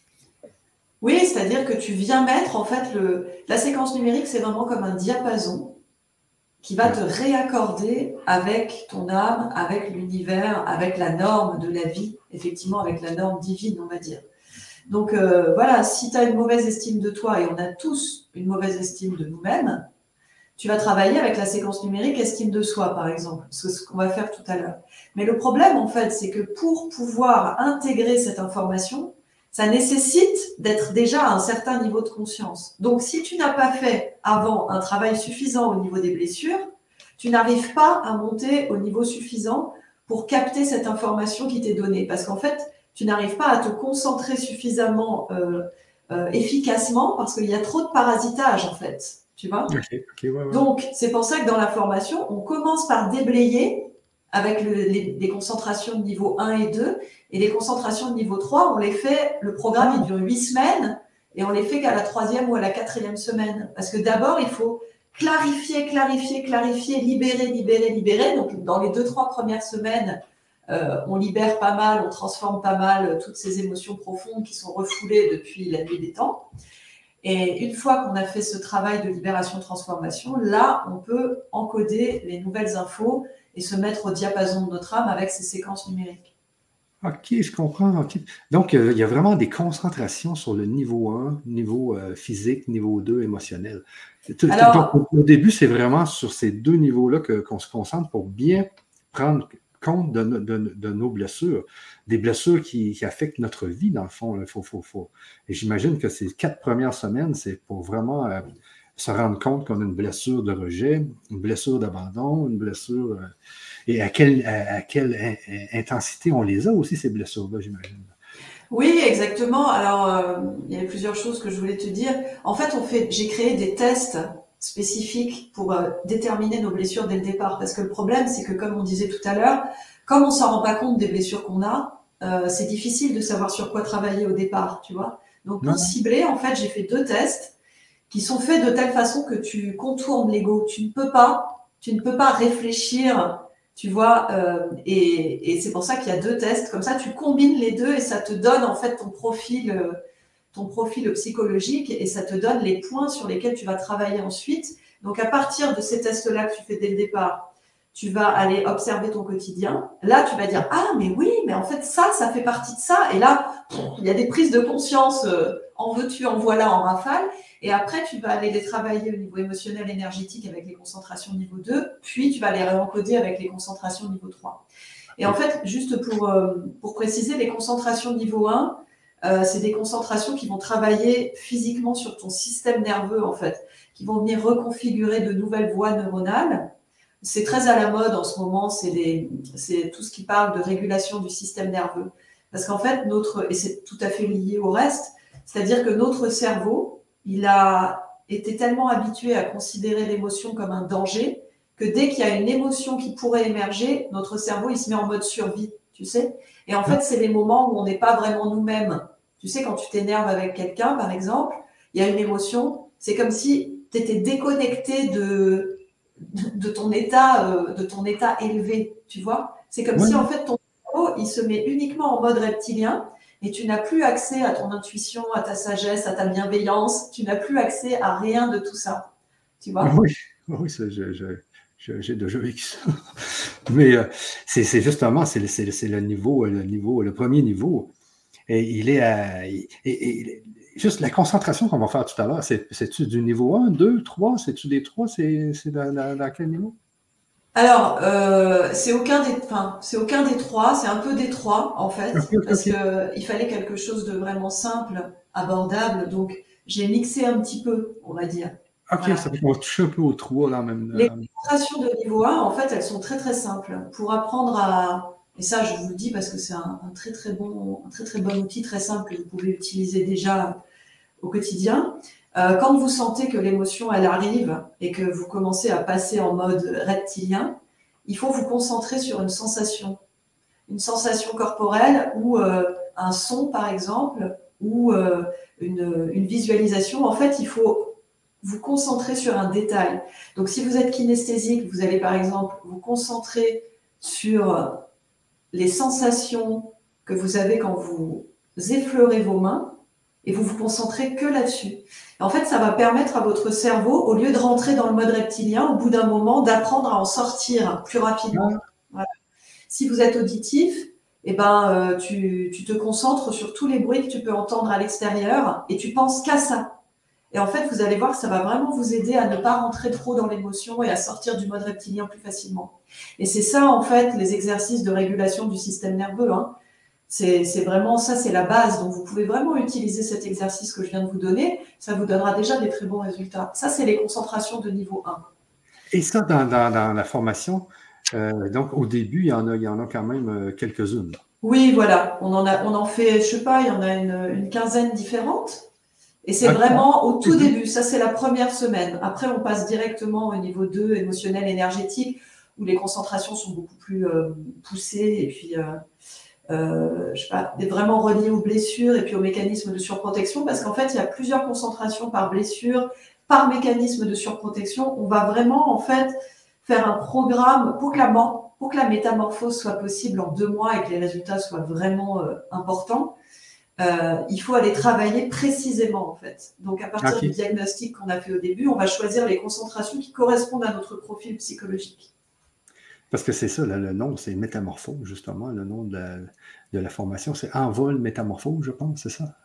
Oui, c'est-à-dire que tu viens mettre, en fait, le, la séquence numérique, c'est vraiment comme un diapason qui va te réaccorder avec ton âme, avec l'univers, avec la norme de la vie, effectivement avec la norme divine, on va dire. Donc euh, voilà, si tu as une mauvaise estime de toi, et on a tous une mauvaise estime de nous-mêmes, tu vas travailler avec la séquence numérique estime de soi, par exemple, c'est ce qu'on va faire tout à l'heure. Mais le problème, en fait, c'est que pour pouvoir intégrer cette information, ça nécessite d'être déjà à un certain niveau de conscience. Donc, si tu n'as pas fait avant un travail suffisant au niveau des blessures, tu n'arrives pas à monter au niveau suffisant pour capter cette information qui t'est donnée. Parce qu'en fait, tu n'arrives pas à te concentrer suffisamment euh, euh, efficacement parce qu'il y a trop de parasitage, en fait. Tu vois?
Okay, okay, ouais, ouais.
Donc, c'est pour ça que dans la formation, on commence par déblayer avec le, les, les concentrations de niveau un et deux, et les concentrations de niveau trois, on les fait, le programme il dure huit semaines, et on les fait qu'à la troisième ou à la quatrième semaine. Parce que d'abord, il faut clarifier, clarifier, clarifier, libérer, libérer, libérer. Donc, dans les deux, trois premières semaines, euh, on libère pas mal, on transforme pas mal toutes ces émotions profondes qui sont refoulées depuis la nuit des temps. Et une fois qu'on a fait ce travail de libération-transformation, là, on peut encoder les nouvelles infos et se mettre au diapason de notre âme avec ces séquences numériques.
OK, je comprends. OK. Donc, euh, il y a vraiment des concentrations sur le niveau un, niveau euh, physique, niveau deux, émotionnel. Tout- tout- Donc,
Alors,
au au début, c'est vraiment sur ces deux niveaux-là que- qu'on se concentre pour bien prendre compte de, no- de- de nos blessures, des blessures qui, qui affectent notre vie, dans le fond. Là. Faut, faut, faut. Et j'imagine que ces quatre premières semaines, c'est pour vraiment euh, se rendre compte qu'on a une blessure de rejet, une blessure d'abandon, une blessure... euh, et à quelle, à, à quelle in- in- intensité on les a aussi, ces blessures-là, j'imagine.
oui, exactement. Alors, euh, il y avait plusieurs choses que je voulais te dire. En fait, on fait, j'ai créé des tests spécifiques pour euh, déterminer nos blessures dès le départ. Parce que le problème, c'est que, comme on disait tout à l'heure, comme on s'en rend pas compte des blessures qu'on a, euh, c'est difficile de savoir sur quoi travailler au départ, tu vois. Donc, pour
Non,
cibler, en fait, j'ai fait deux tests qui sont faits de telle façon que tu contournes l'ego. Tu ne peux pas, tu ne peux pas réfléchir, tu vois, euh, et, et c'est pour ça qu'il y a deux tests. Comme ça, tu combines les deux et ça te donne en fait ton profil, euh, ton profil psychologique et ça te donne les points sur lesquels tu vas travailler ensuite. Donc, à partir de ces tests-là que tu fais dès le départ, tu vas aller observer ton quotidien. Là, tu vas dire, ah, mais oui, mais en fait, ça, ça fait partie de ça. Et là, il y a des prises de conscience, euh, en veux-tu, en voilà, en rafale. Et après, tu vas aller les travailler au niveau émotionnel, énergétique avec les concentrations niveau deux, puis tu vas les réencoder avec les concentrations niveau trois. Et en fait, juste pour, euh, pour préciser, les concentrations niveau un, euh, c'est des concentrations qui vont travailler physiquement sur ton système nerveux, en fait, qui vont venir reconfigurer de nouvelles voies neuronales. C'est très à la mode en ce moment, c'est, les, c'est tout ce qui parle de régulation du système nerveux. Parce qu'en fait, notre, et c'est tout à fait lié au reste, c'est-à-dire que notre cerveau, il a été tellement habitué à considérer l'émotion comme un danger que dès qu'il y a une émotion qui pourrait émerger, notre cerveau, il se met en mode survie, tu sais. Et en fait, c'est les moments où on n'est pas vraiment nous-mêmes. Tu sais, quand tu t'énerves avec quelqu'un, par exemple, il y a une émotion, c'est comme si tu étais déconnecté de, de, de ton état, euh, de ton état élevé, tu vois. C'est comme
ouais.
si, en fait, ton cerveau, il se met uniquement en mode reptilien et tu n'as plus accès à ton intuition, à ta sagesse, à ta bienveillance. Tu n'as plus accès à rien de tout ça. Tu vois?
Oui, oui, ça, je, je, je- j'ai déjà vécu ça. Mais euh, c'est c'est justement, c'est le, c'est le- c'est le niveau, le niveau, le premier niveau. Et il est à, et, et- et juste la concentration qu'on va faire tout à l'heure, c'est, c'est-tu du niveau un, deux, trois? C'est-tu des trois? C'est, c'est dans, dans- dans quel niveau?
Alors, euh, c'est aucun des, enfin, c'est aucun des trois. C'est un peu des trois en
OK,
fait,
OK,
parce
OK.
que euh, il fallait quelque chose de vraiment simple, abordable. Donc, j'ai mixé un petit peu, on va dire.
OK, ça
Voilà.
fait qu'on va toucher un peu aux trois là en même
Les
temps.
concentrations de niveau un, en fait, elles sont très très simples. Pour apprendre à, et ça, je vous le dis parce que c'est un, un très très bon, un très très bon outil, très simple que vous pouvez utiliser déjà au quotidien. Euh, quand vous sentez que l'émotion elle arrive et que vous commencez à passer en mode reptilien, il faut vous concentrer sur une sensation, une sensation corporelle ou euh, un son par exemple ou euh, une, une visualisation. En fait, il faut vous concentrer sur un détail. Donc, si vous êtes kinesthésique, vous allez par exemple vous concentrer sur les sensations que vous avez quand vous effleurez vos mains et vous vous concentrez que là-dessus. Et en fait, ça va permettre à votre cerveau, au lieu de rentrer dans le mode reptilien, au bout d'un moment, d'apprendre à en sortir plus rapidement.
Ah,
Voilà. Si vous êtes auditif, eh ben, euh, tu, tu te concentres sur tous les bruits que tu peux entendre à l'extérieur et tu penses qu'à ça. Et en fait, vous allez voir que ça va vraiment vous aider à ne pas rentrer trop dans l'émotion et à sortir du mode reptilien plus facilement. Et c'est ça, en fait, les exercices de régulation du système nerveux. Hein. C'est, c'est vraiment ça, c'est la base. Donc, vous pouvez vraiment utiliser cet exercice que je viens de vous donner. Ça vous donnera déjà des très bons résultats. Ça, c'est les concentrations de niveau un.
et ça, dans, dans- dans la formation, euh, donc au début, il y en a, il y en a quand même euh, quelques-unes.
Oui, voilà. On en a, on en fait, je sais pas, il y en a une, une quinzaine différentes. Et c'est
OK.
vraiment au tout
Mhm.
début, ça c'est la première semaine. Après, on passe directement au niveau deux, émotionnel, énergétique, où les concentrations sont beaucoup plus euh, poussées et puis, euh, euh, je sais pas, vraiment reliées aux blessures et puis aux mécanismes de surprotection, parce qu'en fait, il y a plusieurs concentrations par blessure, par mécanisme de surprotection. On va vraiment, en fait, faire un programme pour que la, pour que la métamorphose soit possible en deux mois et que les résultats soient vraiment euh, importants. Euh, il faut aller travailler précisément en fait. Donc à partir du
OK.
diagnostic qu'on a fait au début, on va choisir les concentrations qui correspondent à notre profil psychologique.
Parce que c'est ça, là, le nom, c'est métamorphose, justement, le nom de la, de la formation, c'est Envol Métamorphose, je pense, c'est ça?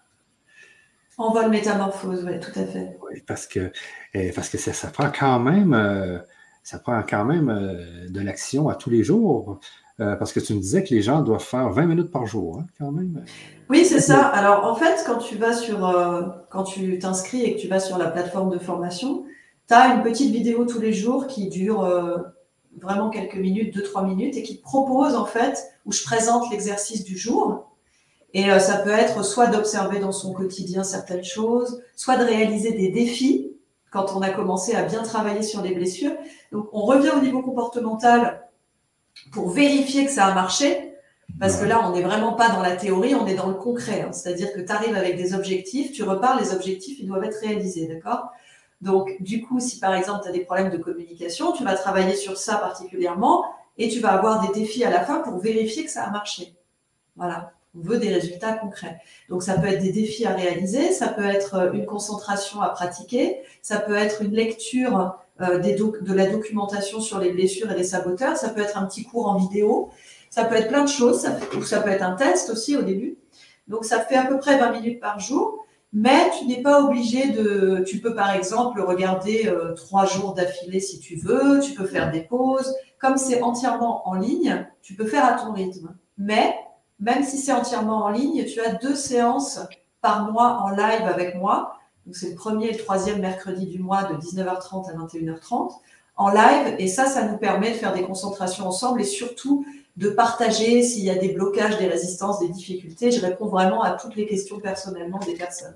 Envol métamorphose, oui, tout à fait.
Oui, parce que, eh, parce que ça, ça prend quand même, euh, ça prend quand même euh, de l'action à tous les jours. Euh, parce que tu me disais que les gens doivent faire vingt minutes par jour, hein, quand même.
Oui, c'est ça. Alors en fait, quand tu vas sur, euh, quand tu t'inscris et que tu vas sur la plateforme de formation, tu as une petite vidéo tous les jours qui dure euh, vraiment quelques minutes, deux, trois minutes, et qui te propose en fait, où je présente l'exercice du jour. Et euh, ça peut être soit d'observer dans son quotidien certaines choses, soit de réaliser des défis quand on a commencé à bien travailler sur les blessures. Donc on revient au niveau comportemental pour vérifier que ça a marché, parce que là on n'est vraiment pas dans la théorie, on est dans le concret. Hein. C'est-à-dire que tu arrives avec des objectifs, tu repars, les objectifs ils doivent être réalisés, d'accord ? Donc du coup, si par exemple tu as des problèmes de communication, tu vas travailler sur ça particulièrement et tu vas avoir des défis à la fin pour vérifier que ça a marché. Voilà. On veut des résultats concrets. Donc, ça peut être des défis à réaliser, ça peut être une concentration à pratiquer, ça peut être une lecture euh, des doc- de la documentation sur les blessures et les saboteurs, ça peut être un petit cours en vidéo, ça peut être plein de choses, ça peut, ou ça peut être un test aussi au début. Donc, ça fait à peu près vingt minutes par jour, mais tu n'es pas obligé de... Tu peux, par exemple, regarder euh, trois jours d'affilée si tu veux, tu peux faire des pauses. Comme c'est entièrement en ligne, tu peux faire à ton rythme. Mais même si c'est entièrement en ligne, tu as deux séances par mois en live avec moi. Donc, c'est le premier et le troisième mercredi du mois de dix-neuf heures trente à vingt et une heures trente en live. Et ça, ça nous permet de faire des concentrations ensemble et surtout de partager s'il y a des blocages, des résistances, des difficultés. Je réponds vraiment à toutes les questions personnellement des personnes.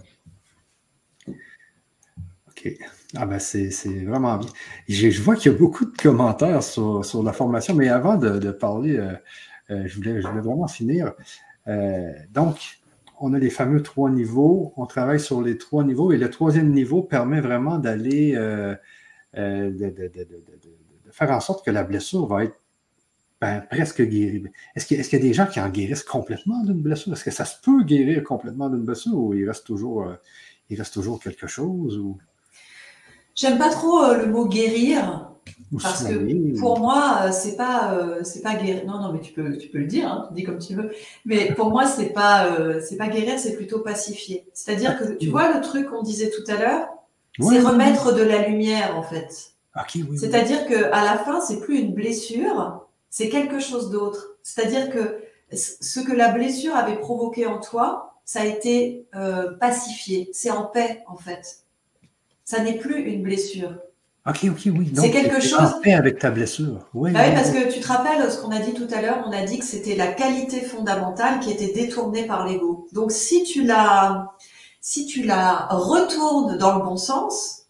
OK. Ah ben c'est c'est vraiment bien. Je, je vois qu'il y a beaucoup de commentaires sur, sur la formation, mais avant de, de parler, euh, euh, je, voulais, je voulais vraiment finir. Euh, donc, on a les fameux trois niveaux, on travaille sur les trois niveaux et le troisième niveau permet vraiment d'aller, euh, euh, de, de, de, de, de, de faire en sorte que la blessure va être ben, presque guérie. Est-ce qu'il, est-ce qu'il y a des gens qui en guérissent complètement d'une blessure? Est-ce que ça se peut guérir complètement d'une blessure ou il reste toujours, euh, il reste toujours quelque chose? Ou,
J'aime pas trop euh, le mot guérir
ou
parce que
soigner?
pour
Ou...
moi euh, c'est pas euh, c'est pas guérir. Non non mais tu peux tu peux le dire, hein, tu dis comme tu veux. Mais pour moi c'est pas euh, c'est pas guérir, c'est plutôt pacifier. C'est-à-dire que tu vois le truc qu'on disait tout à l'heure,
Oui,
c'est
oui, oui.
remettre de la lumière en fait.
OK, oui, oui.
C'est-à-dire que à la fin c'est plus une blessure, c'est quelque chose d'autre. C'est-à-dire que ce que la blessure avait provoqué en toi, ça a été euh, pacifié, c'est en paix en fait. Ça n'est plus une blessure.
OK, OK, oui.
C'est
Donc,
quelque
tu es en
chose.
paix avec ta blessure. Oui,
Bah oui,
oui,
parce
oui.
que tu te rappelles ce qu'on a dit tout à l'heure, on a dit que c'était la qualité fondamentale qui était détournée par l'ego. Donc si tu la, si tu la retournes dans le bon sens,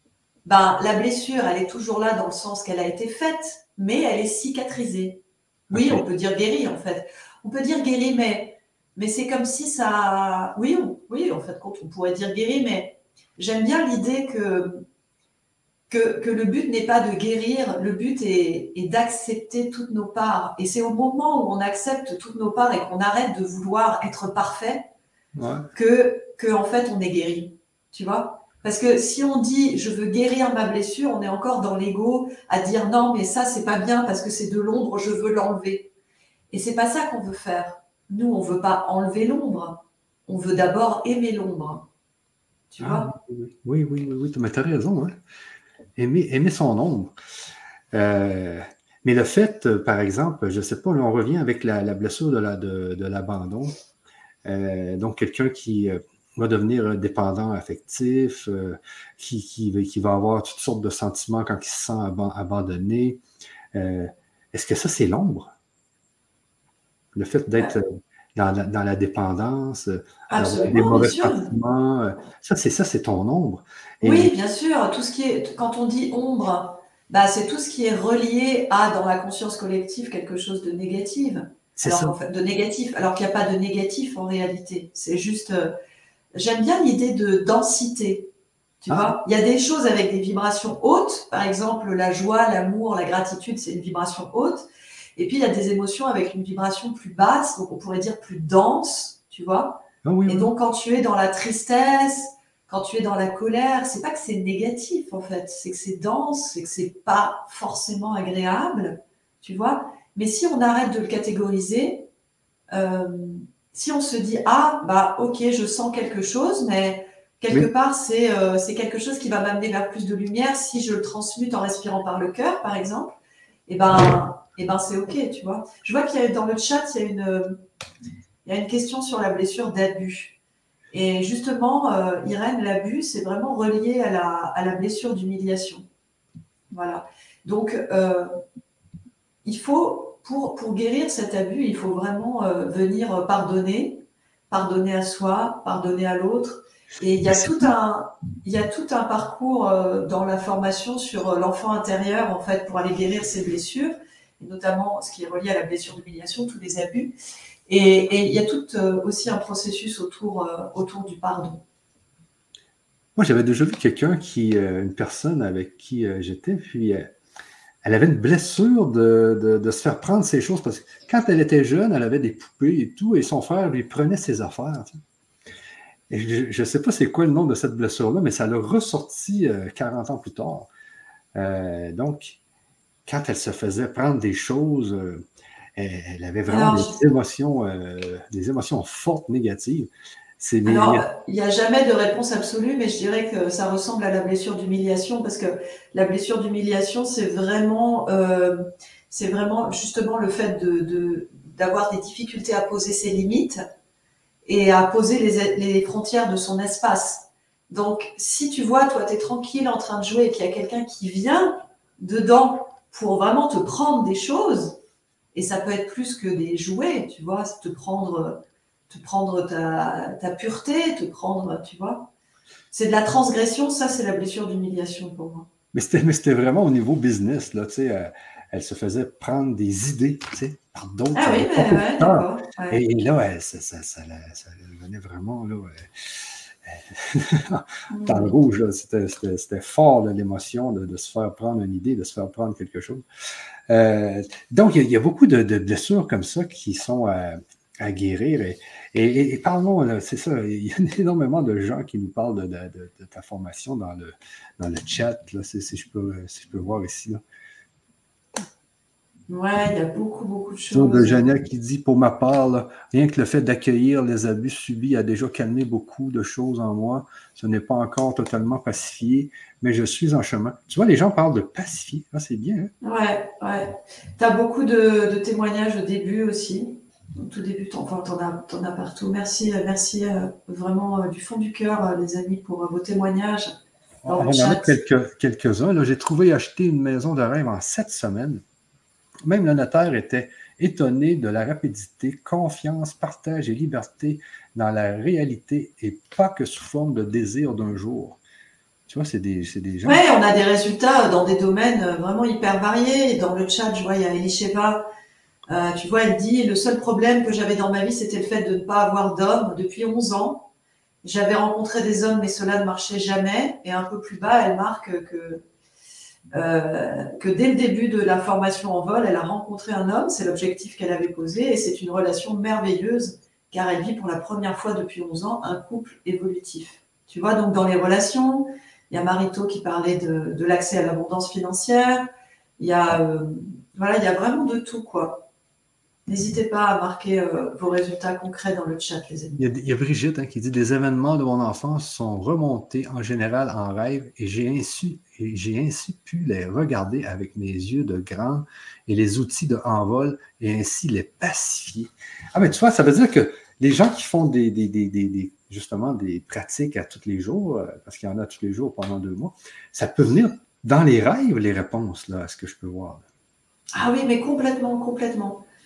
ben la blessure, elle est toujours là dans le sens qu'elle a été faite, mais elle est cicatrisée. Oui,
OK.
on peut dire guérie en fait. On peut dire guérie, mais mais c'est comme si ça. Oui, on, oui, en fait, quand on pourrait dire guérie, mais j'aime bien l'idée que Que, que le but n'est pas de guérir, le but est, est d'accepter toutes nos parts. Et c'est au moment où on accepte toutes nos parts et qu'on arrête de vouloir être parfait
Ouais.
que, que en fait, on est guéri. Tu vois? Parce que si on dit je veux guérir ma blessure, on est encore dans l'ego à dire non, mais ça, c'est pas bien parce que c'est de l'ombre, je veux l'enlever. Et c'est pas ça qu'on veut faire. Nous, on veut pas enlever l'ombre. On veut d'abord aimer l'ombre. Tu
Ah
vois?
oui, oui, oui, oui, oui, oui. Tu as raison, hein? Aimer, aimer son ombre. Euh, mais le fait, euh, par exemple, je ne sais pas, là, on revient avec la, la blessure de, la, de, de l'abandon. Euh, donc, quelqu'un qui euh, va devenir dépendant affectif, euh, qui, qui, qui va avoir toutes sortes de sentiments quand il se sent aban- abandonné. Euh, est-ce que ça, c'est l'ombre? Le fait d'être, dans la, dans la dépendance, d'avoir des
Absolument, bien
mauvais
sûr.
sentiments. Ça, c'est ça, c'est ton ombre.
Oui,
Et
bien sûr. Tout ce qui est, quand on dit ombre, bah, c'est tout ce qui est relié à, dans la conscience collective, quelque chose de négatif.
c'est
Alors
ça.
qu'en fait, de négatif, alors qu'il n'y a pas de négatif en réalité. C'est juste, euh, j'aime bien l'idée de densité. Tu
Ah,
vois, il y a des choses avec des vibrations hautes, par exemple la joie, l'amour, la gratitude, c'est une vibration haute. Et puis il y a des émotions avec une vibration plus basse, donc on pourrait dire plus dense, tu vois.
ah oui,
Et
oui.
donc quand tu es dans la tristesse, quand tu es dans la colère, c'est pas que c'est négatif en fait, c'est que c'est dense, c'est que c'est pas forcément agréable, tu vois. Mais si on arrête de le catégoriser, euh, si on se dit ah bah ok je sens quelque chose, mais quelque
Oui.
part c'est euh, c'est quelque chose qui va m'amener vers plus de lumière si je le transmute en respirant par le cœur par exemple, et ben et ben c'est ok, tu vois. Je vois qu'il y a dans le chat il y a une il y a une question sur la blessure d'abus. Et justement, euh, Irène, l'abus, c'est vraiment relié à la, à la blessure d'humiliation. Voilà. Donc, euh, il faut, pour, pour guérir cet abus, il faut vraiment euh, venir pardonner, pardonner à soi, pardonner à l'autre. Et il y
Mais
a
c'est
tout un, il y a tout un parcours euh, dans la formation sur euh, l'enfant intérieur, en fait, pour aller guérir ses blessures, et notamment ce qui est relié à la blessure d'humiliation, tous les abus. Et, et il y a tout euh, aussi un processus autour, euh, autour du pardon.
Moi, j'avais déjà vu quelqu'un qui, euh, une personne avec qui euh, j'étais, puis euh, elle avait une blessure de, de, de se faire prendre ses choses parce que quand elle était jeune, elle avait des poupées et tout, et son frère lui prenait ses affaires. Tu sais. Et je ne sais pas c'est quoi le nom de cette blessure-là, mais ça l'a ressorti euh, quarante ans plus tard. Euh, donc, quand elle se faisait prendre des choses, euh, elle, elle avait vraiment
Alors,
des
je-
émotions, euh, des émotions fortes, négatives. C'est, mais,
Alors, il n'y a jamais de réponse absolue, mais je dirais que ça ressemble à la blessure d'humiliation, parce que la blessure d'humiliation, c'est vraiment, euh, c'est vraiment justement le fait de, de- d'avoir des difficultés à poser ses limites et à poser les, les frontières de son espace. Donc, si tu vois, toi, tu es tranquille en train de jouer et qu'il y a quelqu'un qui vient dedans pour vraiment te prendre des choses, et ça peut être plus que des jouets, tu vois, te prendre te prendre ta, ta pureté, te prendre, tu vois. C'est de la transgression, ça c'est la blessure d'humiliation pour moi.
mais c'était, mais c'était vraiment au niveau business, là, tu sais, euh, elle se faisait prendre des idées, tu sais, par d'autres
Ah
qui
oui,
n'avaient pas
mais
fait de
ouais,
tort.
d'accord.
Et,
Ouais.
et là, elle, ça, ça, ça, la- ça venait vraiment, là, euh, dans le
Hmm.
rouge, là, c'était, c'était, c'était fort, là, l'émotion de, de se faire prendre une idée, de se faire prendre quelque chose. Euh, donc, il y, a, il y a beaucoup de, de blessures comme ça qui sont à, à guérir. Et, et, et parlons, là, c'est ça, il y a énormément de gens qui nous parlent de, de, de, de ta formation dans le, dans le chat, là, si, si, je peux, si je peux voir ici. Là.
Ouais, il y a beaucoup, beaucoup de
De
choses.
Eugénia qui dit, pour ma part, là, rien que le fait d'accueillir les abus subis a déjà calmé beaucoup de choses en moi. Ce n'est pas encore totalement pacifié, mais je suis en chemin. Tu vois, les gens parlent de pacifier. Ah, c'est bien. Hein?
Ouais, ouais. Tu as beaucoup de, de témoignages au début aussi. Au tout début, t'en, enfin, t'en as, t'en as partout. Merci, euh, merci euh, vraiment euh, du fond du cœur, euh, les amis, pour euh, vos témoignages dans
On
le
va en mettre
chat.
quelques, quelques-uns. Là, j'ai trouvé et acheté une maison de rêve en sept semaines. Même le notaire était étonné de la rapidité, confiance, partage et liberté dans la réalité et pas que sous forme de désir d'un jour. Tu vois, c'est des, c'est des gens.
Ouais, on a des résultats dans des domaines euh, vraiment hyper variés. Dans le chat, je vois, il y a Elisheva. Euh, tu vois, elle dit, le seul problème que j'avais dans ma vie, c'était le fait de ne pas avoir d'homme depuis onze ans. J'avais rencontré des hommes, mais cela ne marchait jamais. Et un peu plus bas, elle marque que, euh, que dès le début de la formation en vol, elle a rencontré un homme, c'est l'objectif qu'elle avait posé, et c'est une relation merveilleuse, car elle vit pour la première fois depuis onze ans un couple évolutif. Tu vois, donc dans les relations, il y a Marito qui parlait de, de l'accès à l'abondance financière, il y a, euh, voilà, il y a vraiment de tout, quoi. N'hésitez pas à marquer euh, vos résultats concrets dans le chat, les amis.
Il y a, il y a Brigitte hein, qui dit des événements de mon enfance sont remontés en général en rêve et j'ai ainsi, et j'ai ainsi pu les regarder avec mes yeux de grande et les outils de envol et ainsi les pacifier. Ah, mais tu vois, ça veut dire que les gens qui font des, des, des, des, des justement des pratiques à tous les jours, euh, parce qu'il y en a tous les jours pendant deux mois, ça peut venir dans les rêves, les réponses, là, à ce que je peux voir. Là.
Ah oui, mais complètement, complètement.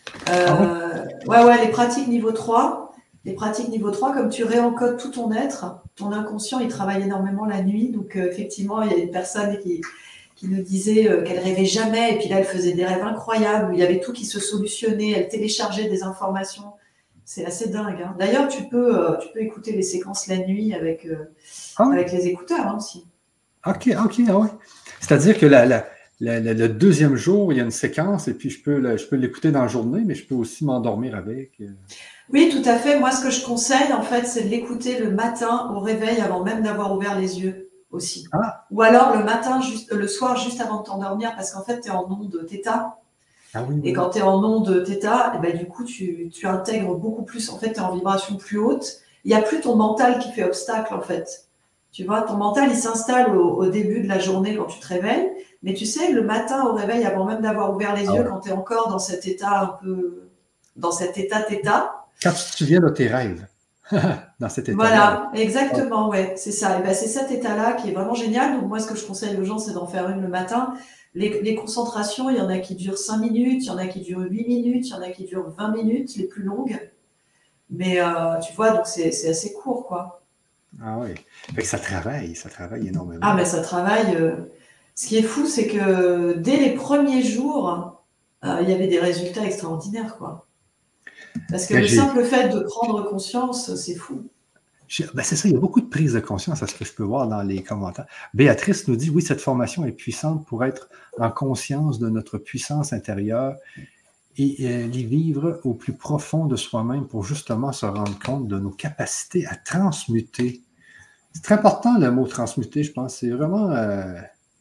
Ah oui?
Euh, ouais, ouais, les pratiques niveau trois, les pratiques niveau trois, comme tu réencodes tout ton être, ton inconscient, il travaille énormément la nuit. Donc, euh, effectivement, il y a une personne qui, qui nous disait euh, qu'elle rêvait jamais, et puis là, elle faisait des rêves incroyables, où il y avait tout qui se solutionnait, elle téléchargeait des informations. C'est assez dingue, hein. D'ailleurs, tu peux, euh, tu peux écouter les séquences la nuit avec, euh,
Ah oui?
avec les écouteurs, hein, aussi.
OK, OK, ah oui. C'est-à-dire que la, la- la- la- le deuxième jour, il y a une séquence et puis je peux, le- je peux l'écouter dans la journée, mais je peux aussi m'endormir avec. euh.
Oui, tout à fait. Moi, ce que je conseille, en fait, c'est de l'écouter le matin au réveil avant même d'avoir ouvert les yeux aussi.
Ah,
Ou alors le matin, juste, le soir, juste avant de t'endormir, parce qu'en fait, tu es en onde θ.
ah oui,
Et
oui.
quand tu es en onde θ, et ben, du coup, tu, tu intègres beaucoup plus. En fait, tu es en vibration plus haute. Il n'y a plus ton mental qui fait obstacle, en fait. Tu vois, ton mental, il s'installe au, au début de la journée quand tu te réveilles. Mais tu sais, le matin au réveil, avant même d'avoir ouvert les
Ah
yeux,
ouais.
quand tu es encore dans cet état un peu, dans cet état θ,
Quand tu te souviens de tes rêves, dans cet état-là.
voilà, exactement, ouais, c'est ça. Et ben, c'est cet état-là qui est vraiment génial. Donc, moi, ce que je conseille aux gens, c'est d'en faire une le matin. Les, les concentrations, il y en a qui durent cinq minutes, il y en a qui durent huit minutes, il y en a qui durent vingt minutes, les plus longues. Mais euh, tu vois, donc c'est c'est assez court, quoi.
Ah oui. Fait que ça travaille, ça travaille
Ah,
énormément.
mais ça travaille. euh, Ce qui est fou, c'est que dès les premiers jours, euh, il y avait des résultats extraordinaires, quoi. Parce que
Ben,
le
j'ai,
simple fait de prendre conscience, c'est fou.
j'ai- ben, c'est ça, il y a beaucoup de prise de conscience à ce que je peux voir dans les commentaires. Béatrice nous dit, oui, cette formation est puissante pour être en conscience de notre puissance intérieure et euh, les vivre au plus profond de soi-même pour justement se rendre compte de nos capacités à transmuter. C'est très important le mot transmuter, je pense. C'est vraiment... euh,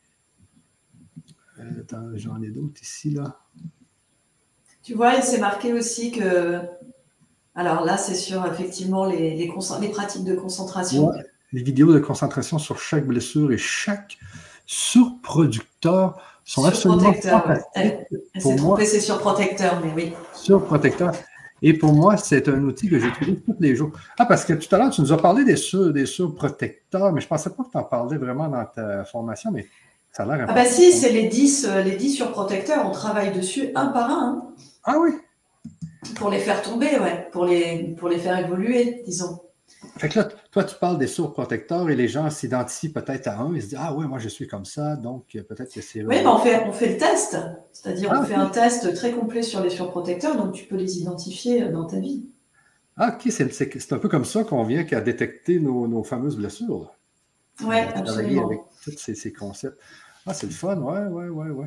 euh, attends, j'en ai d'autres ici, là.
Tu vois, et c'est marqué aussi que, alors là, c'est sur effectivement les, les, les pratiques de concentration.
Ouais, les vidéos de concentration sur chaque blessure et chaque surproducteur sont absolument
Surprotecteur, ouais.
fantastiques
Elle, elle
pour
s'est trompée,
moi.
c'est surprotecteur, mais oui.
Surprotecteur. Et pour moi, c'est un outil que j'utilise tous les jours. Ah, parce que tout à l'heure, tu nous as parlé des, sur, des surprotecteurs, mais je ne pensais pas que tu en parlais vraiment dans ta formation, mais ça a l'air
Ah bah
important.
si, c'est les dix, euh, les dix surprotecteurs, on travaille dessus un par un, hein,
Ah oui.
pour les faire tomber, ouais, pour les, pour les faire évoluer, disons.
Fait que là, toi, tu parles des surprotecteurs et les gens s'identifient peut-être à un et se disent, ah oui, moi, je suis comme ça, donc euh, peut-être que c'est
Oui,
relié.
bah on fait, on fait le test, c'est-à-dire
Ah,
on fait un
OK.
test très complet sur les surprotecteurs, donc tu peux les identifier euh, dans ta vie.
Ah, OK, c'est c'est- c'est un peu comme ça qu'on vient qu'à détecter nos, nos fameuses blessures, là.
Ouais,
À travailler avec
absolument.
tous ces, ces concepts. Ah, c'est le fun, ouais, ouais, ouais, ouais.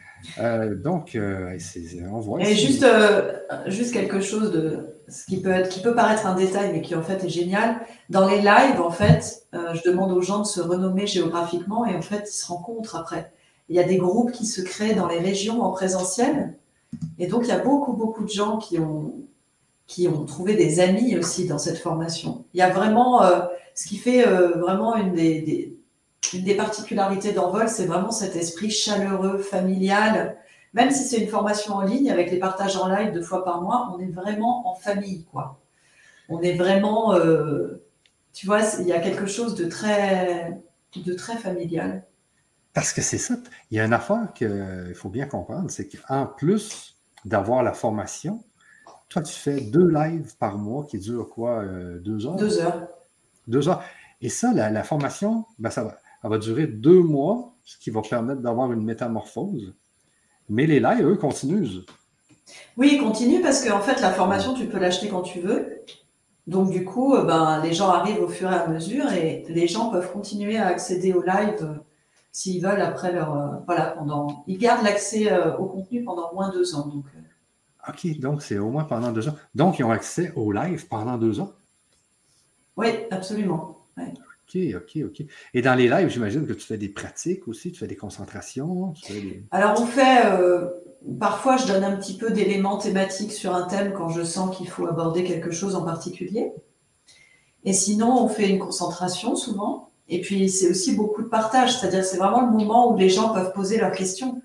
Euh, donc, euh, c'est- on voit
Et
ici.
juste, euh, juste quelque chose de ce qui peut être, qui peut paraître un détail, mais qui en fait est génial. Dans les lives, en fait, euh, je demande aux gens de se renommer géographiquement et en fait, ils se rencontrent après. Il y a des groupes qui se créent dans les régions en présentiel, et donc il y a beaucoup, beaucoup de gens qui ont, qui ont trouvé des amis aussi dans cette formation. Il y a vraiment, euh, ce qui fait euh, vraiment une des, des, une des particularités d'Envol, c'est vraiment cet esprit chaleureux, familial. Même si c'est une formation en ligne, avec les partages en live deux fois par mois, on est vraiment en famille, quoi. On est vraiment, euh, tu vois, il y a quelque chose de très, de très familial.
Parce que c'est ça, il y a une affaire qu'il faut bien comprendre, c'est qu'en plus d'avoir la formation, toi, tu fais deux lives par mois qui durent quoi, euh, deux heures?
Deux heures.
Deux heures. Et ça, la, la formation, ben, ça va, elle va durer deux mois, ce qui va permettre d'avoir une métamorphose. Mais les lives, eux, continuent.
Oui, continue parce qu'en fait, la formation, tu peux l'acheter quand tu veux. Donc, du coup, euh, ben, les gens arrivent au fur et à mesure et les gens peuvent continuer à accéder au live euh, s'ils veulent après leur. Euh, voilà, pendant. Ils gardent l'accès euh, au contenu pendant moins de deux ans. Donc, euh,
OK, donc c'est au moins pendant deux ans. Donc, ils ont accès au live pendant deux ans.
oui, absolument. Ouais.
OK, OK, OK. Et dans les lives, j'imagine que tu fais des pratiques aussi, tu fais des concentrations, tu fais des...
Alors, on fait. Euh, parfois, je donne un petit peu d'éléments thématiques sur un thème quand je sens qu'il faut aborder quelque chose en particulier. Et sinon, on fait une concentration souvent. Et puis, c'est aussi beaucoup de partage. C'est-à-dire, c'est vraiment le moment où les gens peuvent poser leurs questions.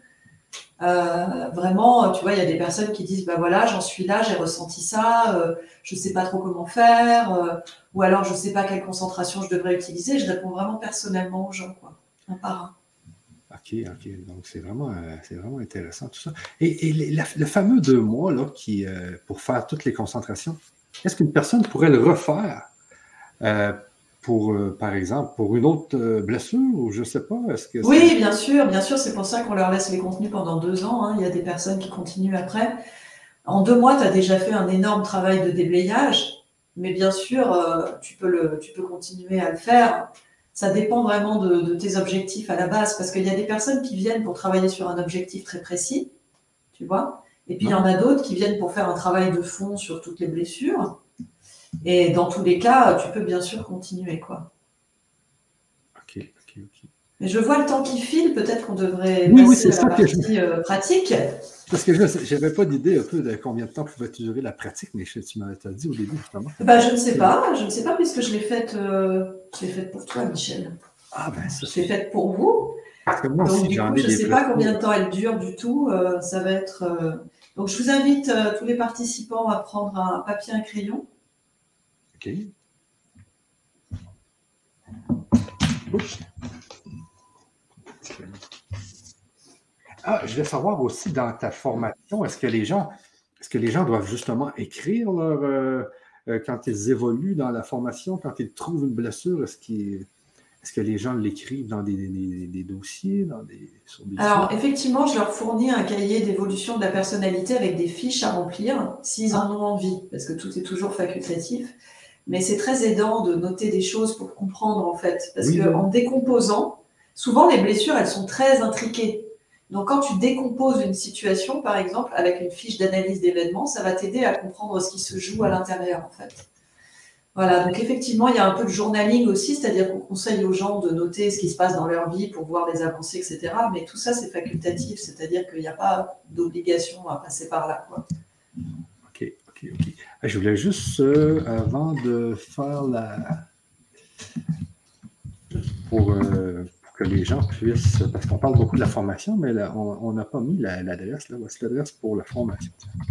Euh, vraiment, tu vois, il y a des personnes qui disent, bah voilà, j'en suis là, j'ai ressenti ça, euh, je sais pas trop comment faire, euh, ou alors je sais pas quelle concentration je devrais utiliser. Je réponds vraiment personnellement aux gens, quoi, un par un.
OK, OK. Donc, c'est vraiment, euh, c'est vraiment intéressant tout ça. Et, et les- la- le fameux deux mois là, qui, euh, pour faire toutes les concentrations, est-ce qu'une personne pourrait le refaire euh, pour, euh, par exemple, pour une autre euh, blessure ou je ne sais pas, est-ce que c'est...
Oui, bien sûr, bien sûr, c'est pour ça qu'on leur laisse les contenus pendant deux ans, hein. Il y a des personnes qui continuent après. En deux mois, tu as déjà fait un énorme travail de déblayage, mais bien sûr, euh, tu peux le, tu peux continuer à le faire. Ça dépend vraiment de, de tes objectifs à la base, parce qu'il y a des personnes qui viennent pour travailler sur un objectif très précis, tu vois, et puis il y en
Non?
a d'autres qui viennent pour faire un travail de fond sur toutes les blessures. Et dans tous les cas, tu peux bien sûr continuer, quoi.
OK, OK, OK.
Mais je vois le temps qui file, peut-être qu'on devrait
Oui, oui,
passer
c'est
à la
ça que je...
partie euh, pratique.
Parce que je n'avais pas d'idée un peu de combien de temps pouvait durer la pratique, mais je- tu m'avais dit au début, justement.
Bah, je ne sais pas, je ne sais pas puisque je l'ai faite, euh, je l'ai faite pour toi, Michel.
Ah, ben ça,
Je l'ai
c'est...
faite pour vous.
Parce que moi
Donc
aussi,
du
j'en
coup,
ai
je ne
des
sais pas combien de
blessures.
temps elle dure du tout. Euh, ça va être. euh, Donc je vous invite euh, tous les participants à prendre un papier et un crayon.
OK. Oups. Ah, je voulais savoir aussi dans ta formation, est-ce que les gens, est-ce que les gens doivent justement écrire leur, euh, euh, quand ils évoluent dans la formation, quand ils trouvent une blessure, est-ce qu'ils, est-ce que les gens l'écrivent dans des, des- des dossiers, dans des, sur des feuilles?
Alors effectivement, je leur fournis un cahier d'évolution de la personnalité avec des fiches à remplir s'ils en ont envie, parce que tout est toujours facultatif. Mais c'est très aidant de noter des choses pour comprendre en fait, parce
Oui,
que
oui.
en décomposant, souvent les blessures elles sont très intriquées. Donc quand tu décomposes une situation, par exemple, avec une fiche d'analyse d'événements, ça va t'aider à comprendre ce qui se joue à l'intérieur en fait. Voilà, donc effectivement, il y a un peu de journaling aussi, c'est-à-dire qu'on conseille aux gens de noter ce qui se passe dans leur vie pour voir les avancées, et cetera. Mais tout ça, c'est facultatif, c'est-à-dire qu'il n'y a pas d'obligation à passer par là, quoi.
OK, OK, OK. Ah, je voulais juste, euh, avant de faire la... Pour, euh, pour que les gens puissent... Parce qu'on parle beaucoup de la formation, mais là, on n'a pas mis la- l'adresse. Là, voici l'adresse pour la formation.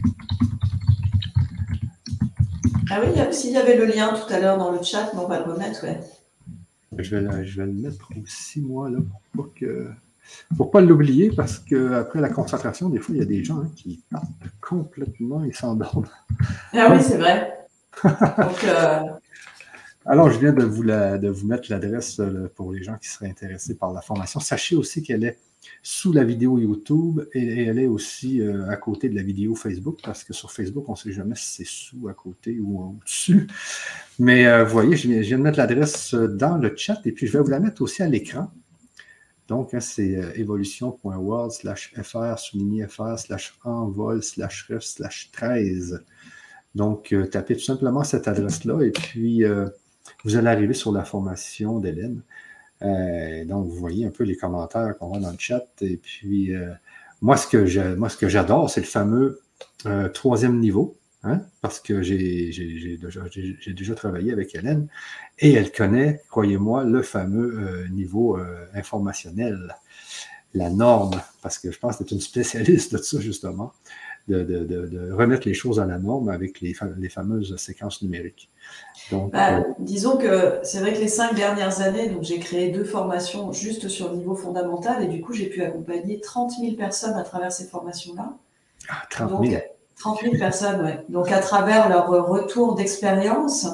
Ah oui, s'il y avait le lien tout à l'heure dans le chat, mais on va le remettre, ouais.
Je vais, la- je vais le mettre aussi, moi, là, pour pas que... Pour pas l'oublier, parce qu'après la concentration, des fois, il y a des gens hein, qui partent complètement, ils s'endorment.
Ah oui,
Donc,
c'est vrai. Donc, euh,
alors, je viens de vous, la, de vous mettre l'adresse euh, pour les gens qui seraient intéressés par la formation. Sachez aussi qu'elle est sous la vidéo YouTube et, et elle est aussi euh, à côté de la vidéo Facebook, parce que sur Facebook, on ne sait jamais si c'est sous, à côté ou au-dessus. Mais euh, vous voyez, je viens, je viens de mettre l'adresse dans le chat et puis je vais vous la mettre aussi à l'écran. Donc, hein, c'est euh, évolution.world slash fr souligné fr slash envol slash ref slash treize. Donc, euh, tapez tout simplement cette adresse-là et puis euh, vous allez arriver sur la formation d'Hélène. Euh, donc, vous voyez un peu les commentaires qu'on voit dans le chat. Et puis, euh, moi, ce que je, moi, ce que j'adore, c'est le fameux euh, troisième niveau, hein, parce que j'ai, j'ai, j'ai déjà, j'ai, j'ai déjà travaillé avec Hélène et elle connaît, croyez-moi, le fameux euh, niveau euh, informationnel, la norme, parce que je pense que c'est une spécialiste de ça, justement, de, de, de, de remettre les choses à la norme avec les, les fameuses séquences numériques. Donc,
bah,
euh,
disons que c'est vrai que les cinq dernières années, donc j'ai créé deux formations juste sur le niveau fondamental et du coup, j'ai pu accompagner trente mille personnes à travers ces formations-là.
ah, trente
Donc,
mille.
trente mille personnes, ouais. Donc, à travers leur retour d'expérience,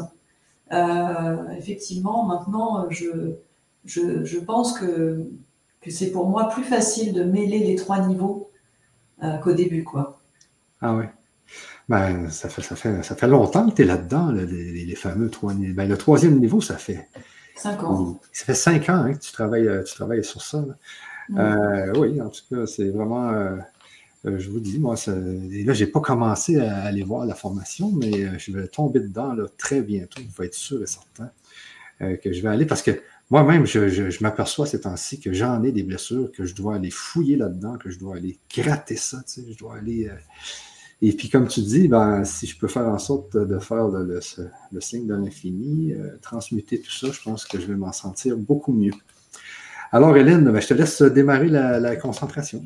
euh, effectivement, maintenant, je, je, je pense que, que c'est pour moi plus facile de mêler les trois niveaux euh, qu'au début, quoi.
Ah oui. Ben, ça fait, ça fait, ça fait longtemps que tu es là-dedans, là, les, les fameux trois niveaux. Ben, le troisième niveau, ça fait,
Cinq ans.
ça fait cinq ans hein, que tu travailles, tu travailles sur ça.
Mm.
Euh, oui, en tout cas, c'est vraiment, euh, euh, je vous dis, moi, ça, et là, je n'ai pas commencé à aller voir la formation, mais euh, je vais tomber dedans là, très bientôt, vous pouvez être sûr et certain euh, que je vais aller, parce que moi-même, je, je, je m'aperçois ces temps-ci que j'en ai des blessures, que je dois aller fouiller là-dedans, que je dois aller gratter ça, tu sais, je dois aller... Euh, Et puis, comme tu dis, ben, si je peux faire en sorte de faire le, le, le signe de l'infini, euh, transmuter tout ça, je pense que je vais m'en sentir beaucoup mieux. Alors, Hélène, ben, je te laisse démarrer la, la concentration.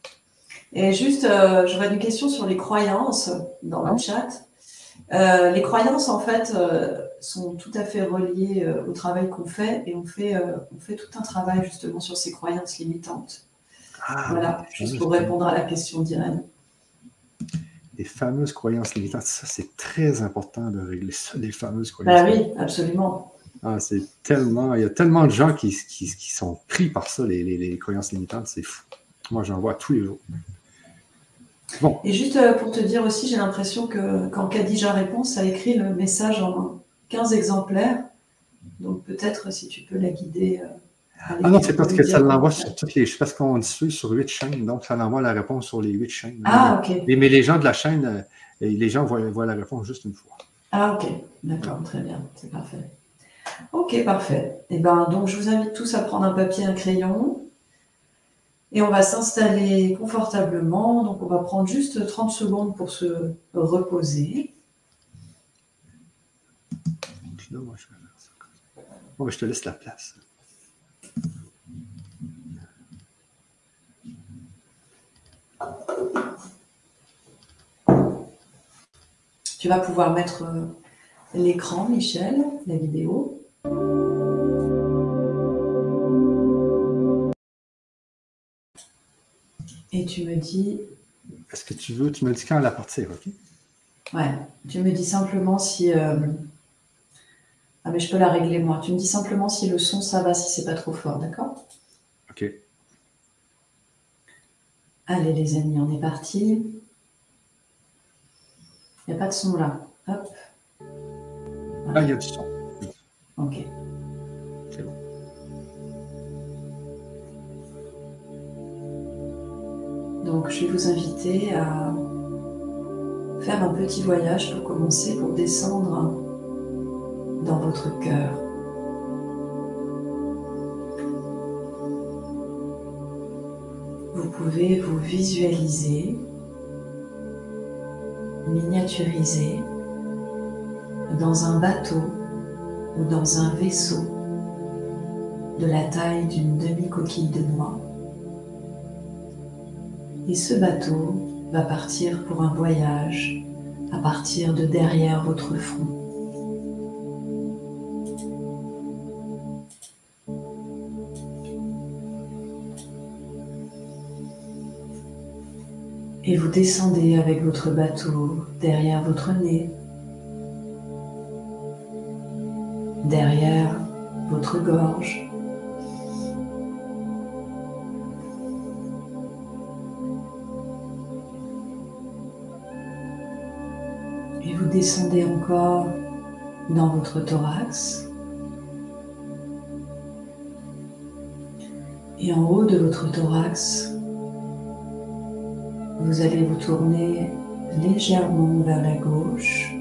Et juste, euh, j'aurais une question sur les croyances dans le
Ah.
chat. Euh, les croyances, en fait, euh, sont tout à fait reliées euh, au travail qu'on fait et on fait, euh, on fait tout un travail justement sur ces croyances limitantes.
Ah,
voilà,
oui,
juste pour répondre à la question d'Irène.
Les fameuses croyances limitantes, ça c'est très important de régler ça, les fameuses croyances
Ben
limitantes.
oui, absolument.
Ah, c'est tellement, il y a tellement de gens qui, qui, qui sont pris par ça, les, les, les croyances limitantes, c'est fou. Moi, j'en vois tous les jours. Bon.
Et juste pour te dire aussi, j'ai l'impression que quand Khadija répond, ça écrit le message en quinze exemplaires. Donc peut-être si tu peux la guider. Euh,
ah non, c'est parce que ça l'envoie sur toutes les chaînes, parce qu'on diffuse sur huit chaînes, donc ça l'envoie la réponse sur les huit chaînes.
Ah,
mais,
ok.
Mais, mais les gens de la chaîne, les gens voient, voient la réponse juste une fois.
Ah, ok. D'accord, très bien, c'est parfait. Ok, parfait. Et ben, donc je vous invite tous à prendre un papier et un crayon. Et on va s'installer confortablement. Donc on va prendre juste trente secondes pour se reposer.
Là, moi, je vais faire ça. Bon, ben, je te laisse la place.
Tu vas pouvoir mettre l'écran, Michel, la vidéo. Et tu me dis...
Est-ce que tu veux... Tu me dis quand elle va partir, OK?
Ouais. Tu me dis simplement si... Euh... Ah, mais je peux la régler, moi. Tu me dis simplement si le son, ça va, si c'est pas trop fort, d'accord?
OK.
Allez, les amis, on est parti. Il n'y a pas de son, là. Hop.
Voilà. Ah, il y a du son.
OK.
C'est bon.
Donc, je vais vous inviter à faire un petit voyage pour commencer, pour descendre dans votre cœur. Vous pouvez vous visualiser, miniaturiser dans un bateau ou dans un vaisseau de la taille d'une demi-coquille de noix. Et ce bateau va partir pour un voyage à partir de derrière votre front. Et vous descendez avec votre bateau derrière votre nez, derrière votre gorge, et vous descendez encore dans votre thorax, et en haut de votre thorax, vous allez vous tourner légèrement vers la gauche.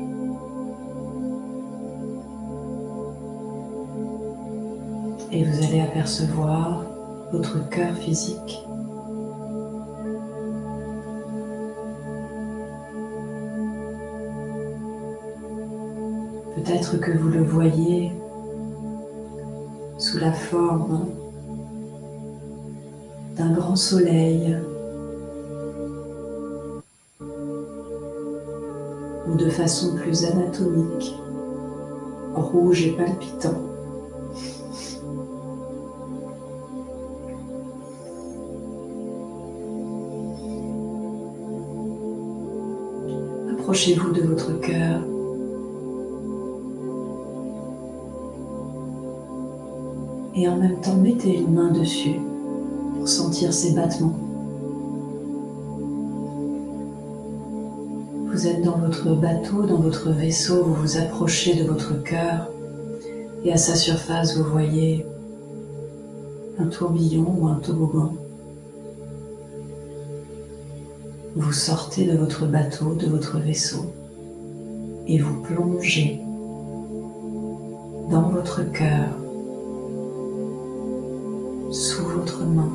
Et vous allez apercevoir votre cœur physique. Peut-être que vous le voyez sous la forme d'un grand soleil ou de façon plus anatomique, rouge et palpitant. Approchez-vous de votre cœur. Et en même temps, mettez une main dessus pour sentir ses battements. Vous êtes dans votre bateau, dans votre vaisseau, vous vous approchez de votre cœur et à sa surface, vous voyez un tourbillon ou un toboggan. Vous sortez de votre bateau, de votre vaisseau et vous plongez dans votre cœur, sous votre main.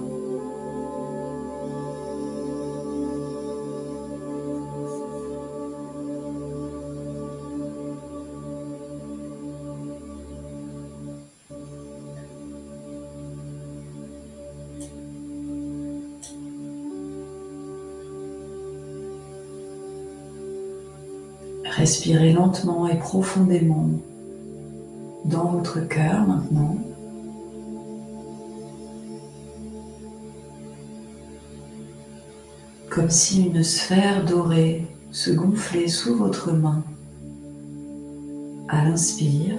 Respirez lentement et profondément dans votre cœur maintenant. Comme si une sphère dorée se gonflait sous votre main à l'inspire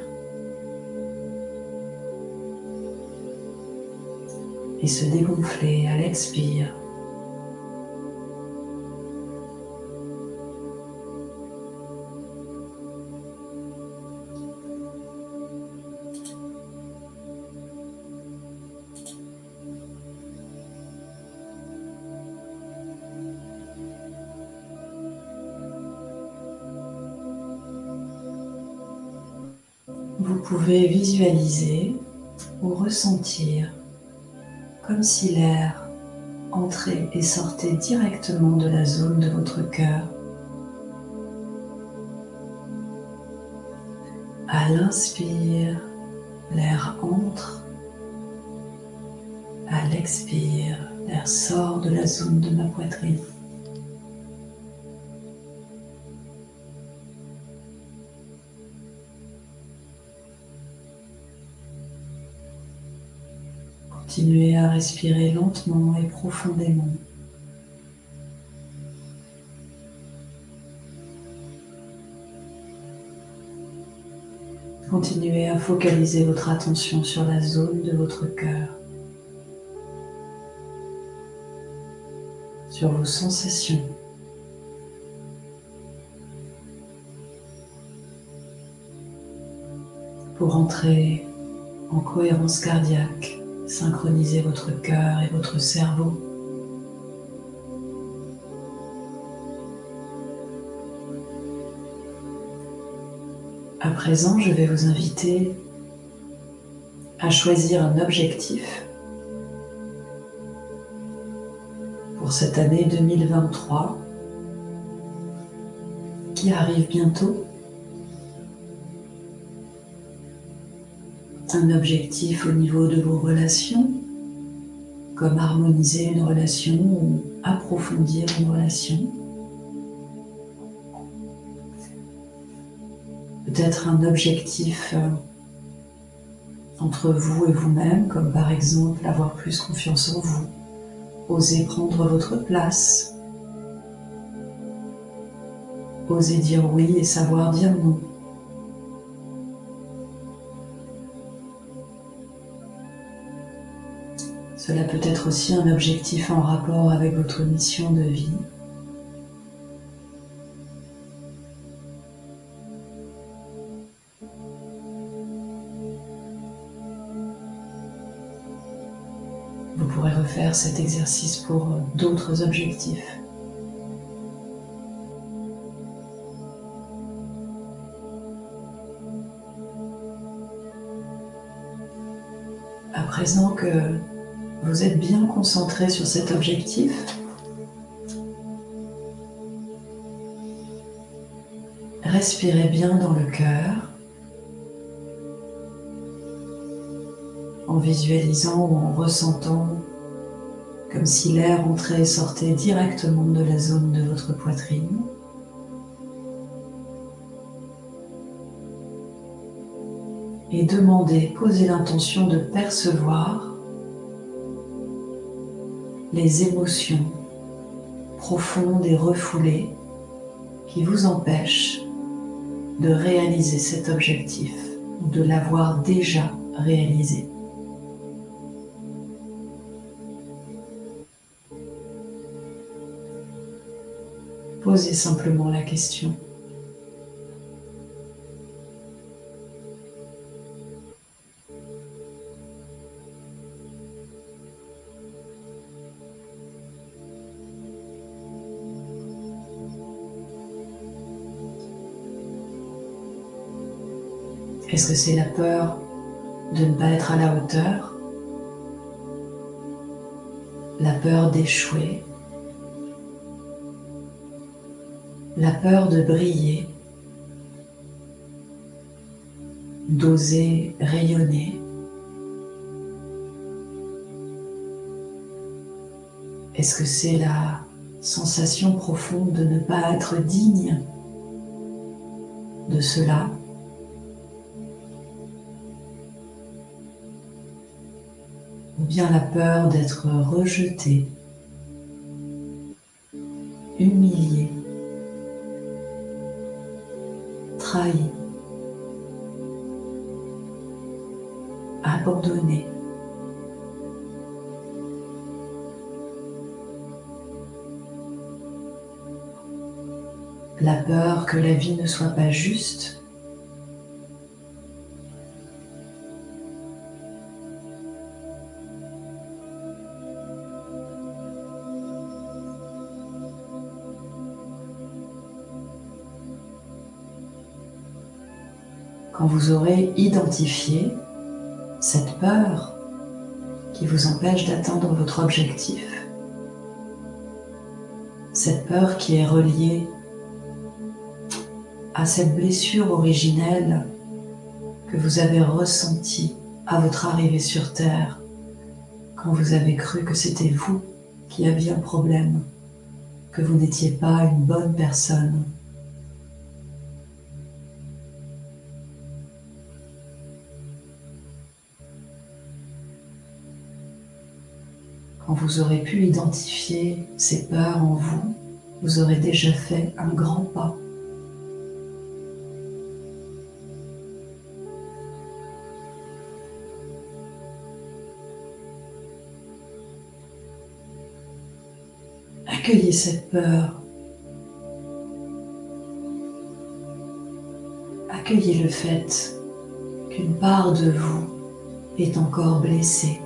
et se dégonflait à l'expire. Vous pouvez visualiser ou ressentir comme si l'air entrait et sortait directement de la zone de votre cœur. À l'inspire, l'air entre. À l'expire, l'air sort de la zone de ma poitrine. Continuez à respirer lentement et profondément. Continuez à focaliser votre attention sur la zone de votre cœur, sur vos sensations. Pour entrer en cohérence cardiaque, synchronisez votre cœur et votre cerveau. À présent, je vais vous inviter à choisir un objectif pour cette année deux mille vingt-trois qui arrive bientôt. Un objectif au niveau de vos relations, comme harmoniser une relation ou approfondir une relation. Peut-être un objectif euh, entre vous et vous-même, comme par exemple avoir plus confiance en vous, oser prendre votre place, oser dire oui et savoir dire non. Cela peut être aussi un objectif en rapport avec votre mission de vie. Vous pourrez refaire cet exercice pour d'autres objectifs. À présent que vous êtes bien concentré sur cet objectif, respirez bien dans le cœur en visualisant ou en ressentant comme si l'air entrait et sortait directement de la zone de votre poitrine. Et demandez, posez l'intention de percevoir les émotions profondes et refoulées qui vous empêchent de réaliser cet objectif ou de l'avoir déjà réalisé. Posez simplement la question. Est-ce que c'est la peur de ne pas être à la hauteur? La peur d'échouer? La peur de briller? D'oser rayonner? Est-ce que c'est la sensation profonde de ne pas être digne de cela? ou bien la peur d'être rejeté, humilié, trahi, abandonné. La peur que la vie ne soit pas juste. Quand vous aurez identifié cette peur qui vous empêche d'atteindre votre objectif, cette peur qui est reliée à cette blessure originelle que vous avez ressentie à votre arrivée sur Terre, quand vous avez cru que c'était vous qui aviez un problème, que vous n'étiez pas une bonne personne. Quand vous aurez pu identifier ces peurs en vous, vous aurez déjà fait un grand pas. Accueillez cette peur. Accueillez le fait qu'une part de vous est encore blessée.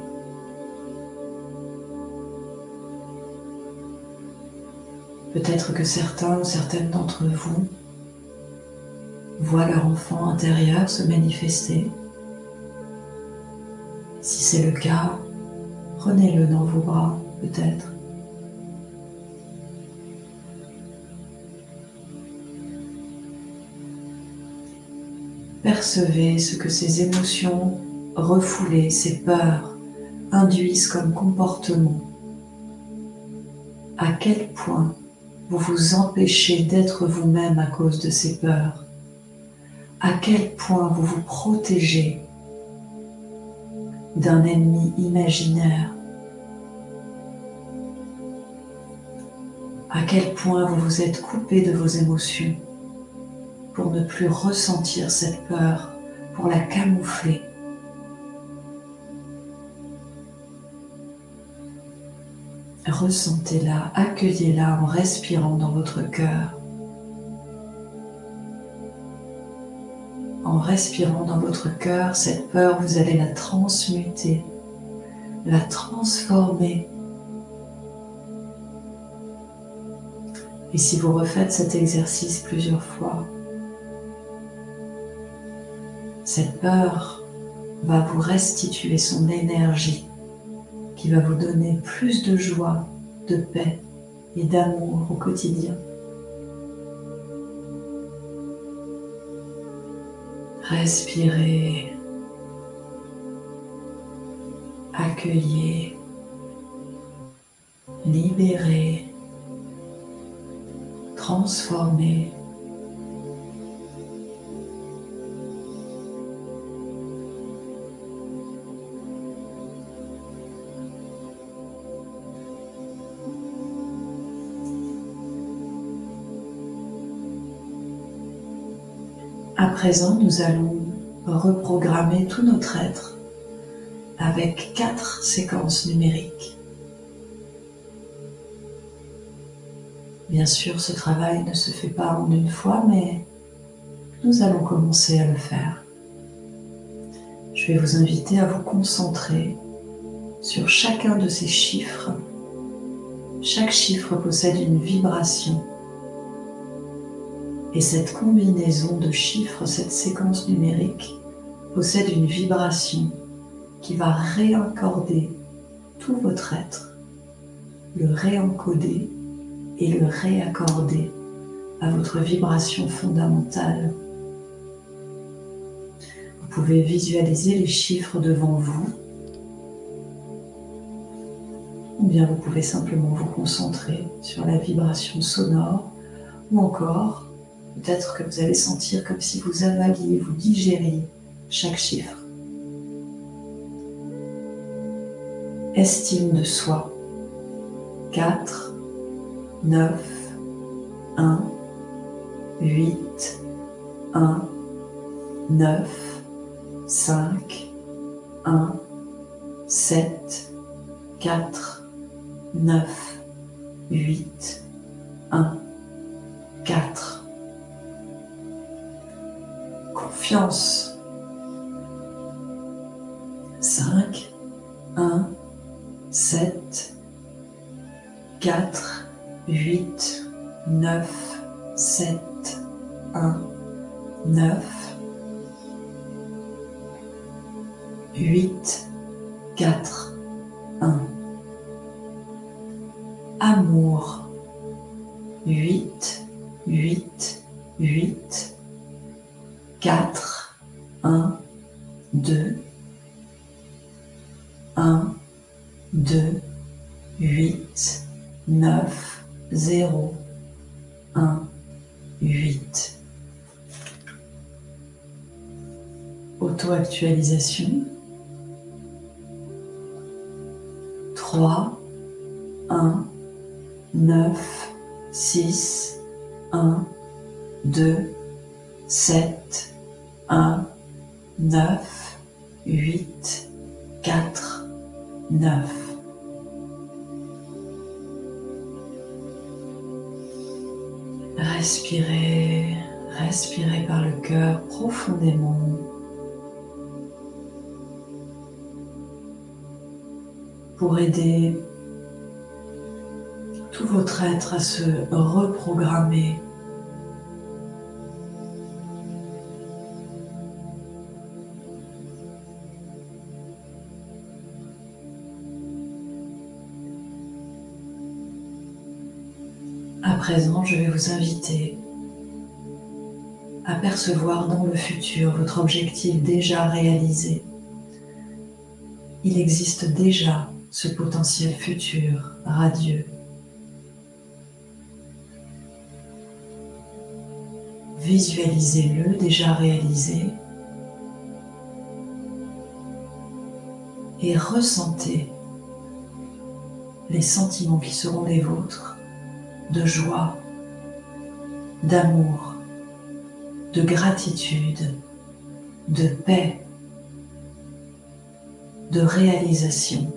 Peut-être que certains ou certaines d'entre vous voient leur enfant intérieur se manifester. Si c'est le cas, prenez-le dans vos bras, peut-être. Percevez ce que ces émotions refoulées, ces peurs, induisent comme comportement. À quel point vous vous empêchez d'être vous-même à cause de ces peurs. À quel point vous vous protégez d'un ennemi imaginaire. À quel point vous vous êtes coupé de vos émotions pour ne plus ressentir cette peur, pour la camoufler. Ressentez-la, accueillez-la en respirant dans votre cœur. En respirant dans votre cœur, cette peur, vous allez la transmuter, la transformer. Et si vous refaites cet exercice plusieurs fois, cette peur va vous restituer son énergie, qui va vous donner plus de joie, de paix et d'amour au quotidien. Respirez, accueillez, libérez, transformez. À présent, nous allons reprogrammer tout notre être avec quatre séquences numériques. Bien sûr, ce travail ne se fait pas en une fois, mais nous allons commencer à le faire. Je vais vous inviter à vous concentrer sur chacun de ces chiffres. Chaque chiffre possède une vibration. Et cette combinaison de chiffres, cette séquence numérique, possède une vibration qui va réencoder tout votre être, le réencoder et le réaccorder à votre vibration fondamentale. Vous pouvez visualiser les chiffres devant vous, ou bien vous pouvez simplement vous concentrer sur la vibration sonore, ou encore peut-être que vous allez sentir comme si vous avaliez, vous digériez chaque chiffre. estime de soi. quatre, neuf, un, huit, un, neuf, cinq, un, sept, quatre, neuf, huit, un, quatre. Confiance. cinq, un, sept, quatre, huit, neuf, sept, un, neuf, huit, quatre, un. Amour. huit, huit, huit, quatre, un, deux, un, deux, huit, neuf, zéro, un, huit. Auto-actualisation. trois, un, neuf, six, un, deux, sept, un, neuf, huit, quatre, neuf. Respirez, respirez par le cœur profondément. Pour aider tout votre être à se reprogrammer. À présent, je vais vous inviter à percevoir dans le futur votre objectif déjà réalisé. Il existe déjà ce potentiel futur radieux. Visualisez-le déjà réalisé et ressentez les sentiments qui seront les vôtres de joie, d'amour, de gratitude, de paix, de réalisation.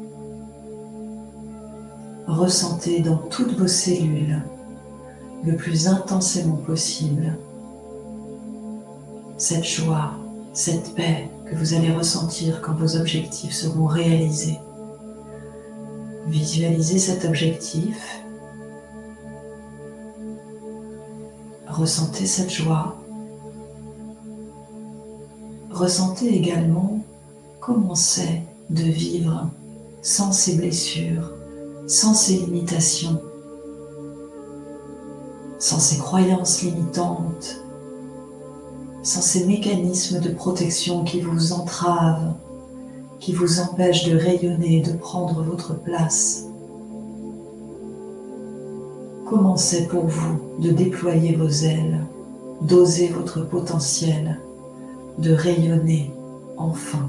Ressentez dans toutes vos cellules le plus intensément possible cette joie, cette paix que vous allez ressentir quand vos objectifs seront réalisés. Visualisez cet objectif, ressentez cette joie, ressentez également comment c'est de vivre sans ces blessures, sans ces limitations, sans ces croyances limitantes, sans ces mécanismes de protection qui vous entravent, qui vous empêchent de rayonner, de prendre votre place. Comment c'est pour vous de déployer vos ailes, d'oser votre potentiel, de rayonner enfin?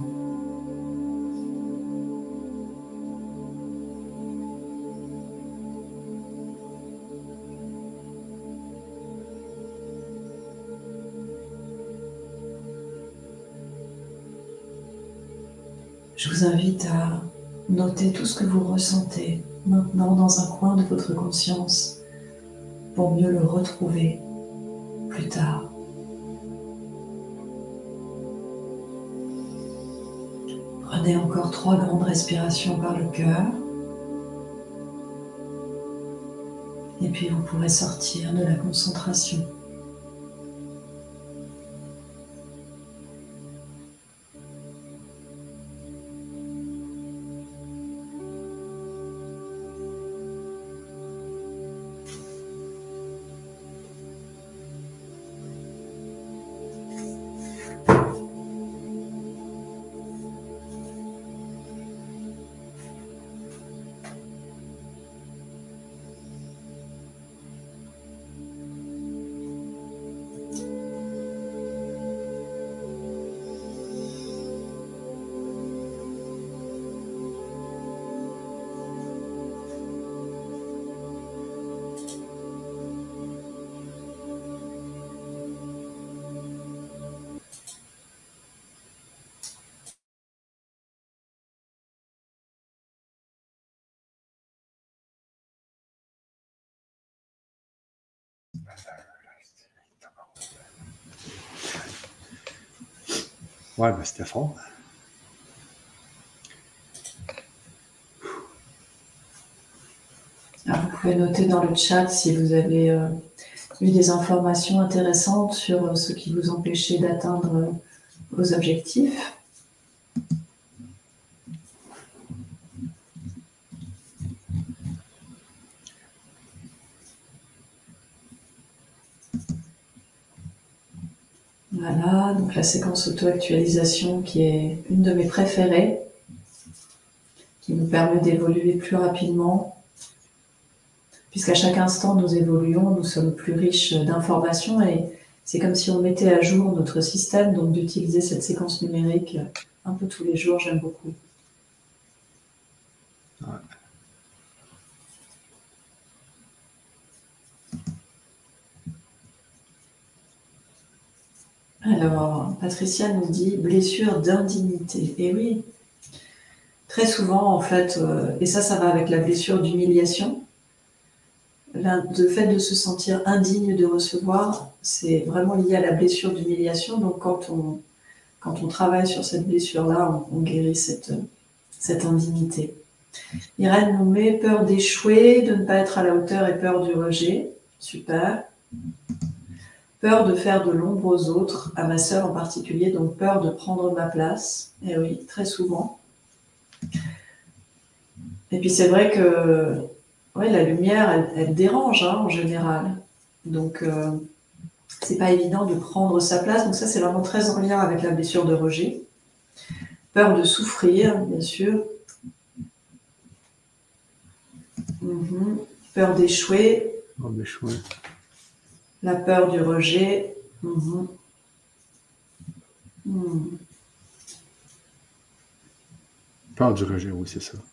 Je vous invite à noter tout ce que vous ressentez maintenant dans un coin de votre conscience pour mieux le retrouver plus tard. Prenez encore trois grandes respirations par le cœur et puis vous pourrez sortir de la concentration.
Ouais, ben c'était fort.
Alors, vous pouvez noter dans le chat si vous avez euh, eu des informations intéressantes sur euh, ce qui vous empêchait d'atteindre euh, vos objectifs. Voilà, donc la séquence auto-actualisation qui est une de mes préférées, qui nous permet d'évoluer plus rapidement, puisqu'à chaque instant nous évoluons, nous sommes plus riches d'informations et c'est comme si on mettait à jour notre système, donc d'utiliser cette séquence numérique un peu tous les jours, j'aime beaucoup.
Ouais.
Alors, Patricia nous dit « blessure d'indignité ». Et oui, très souvent, en fait, euh, et ça, ça va avec la blessure d'humiliation, le fait de se sentir indigne de recevoir, c'est vraiment lié à la blessure d'humiliation. Donc, quand on, quand on travaille sur cette blessure-là, on, on guérit cette, cette indignité. Irène nous met « peur d'échouer, de ne pas être à la hauteur et peur du rejet ». Super. Peur de faire de l'ombre aux autres, à ma sœur en particulier, donc peur de prendre ma place. Et oui, très souvent. Et puis c'est vrai que ouais, la lumière, elle, elle dérange hein, en général. Donc euh, c'est pas évident de prendre sa place. Donc ça, c'est vraiment très en lien avec la blessure de rejet. Peur de souffrir, bien sûr. Mm-hmm. Peur d'échouer.
Peur d'échouer.
La peur du rejet. Mmh. Mmh.
Peur du rejet, oui, c'est ça.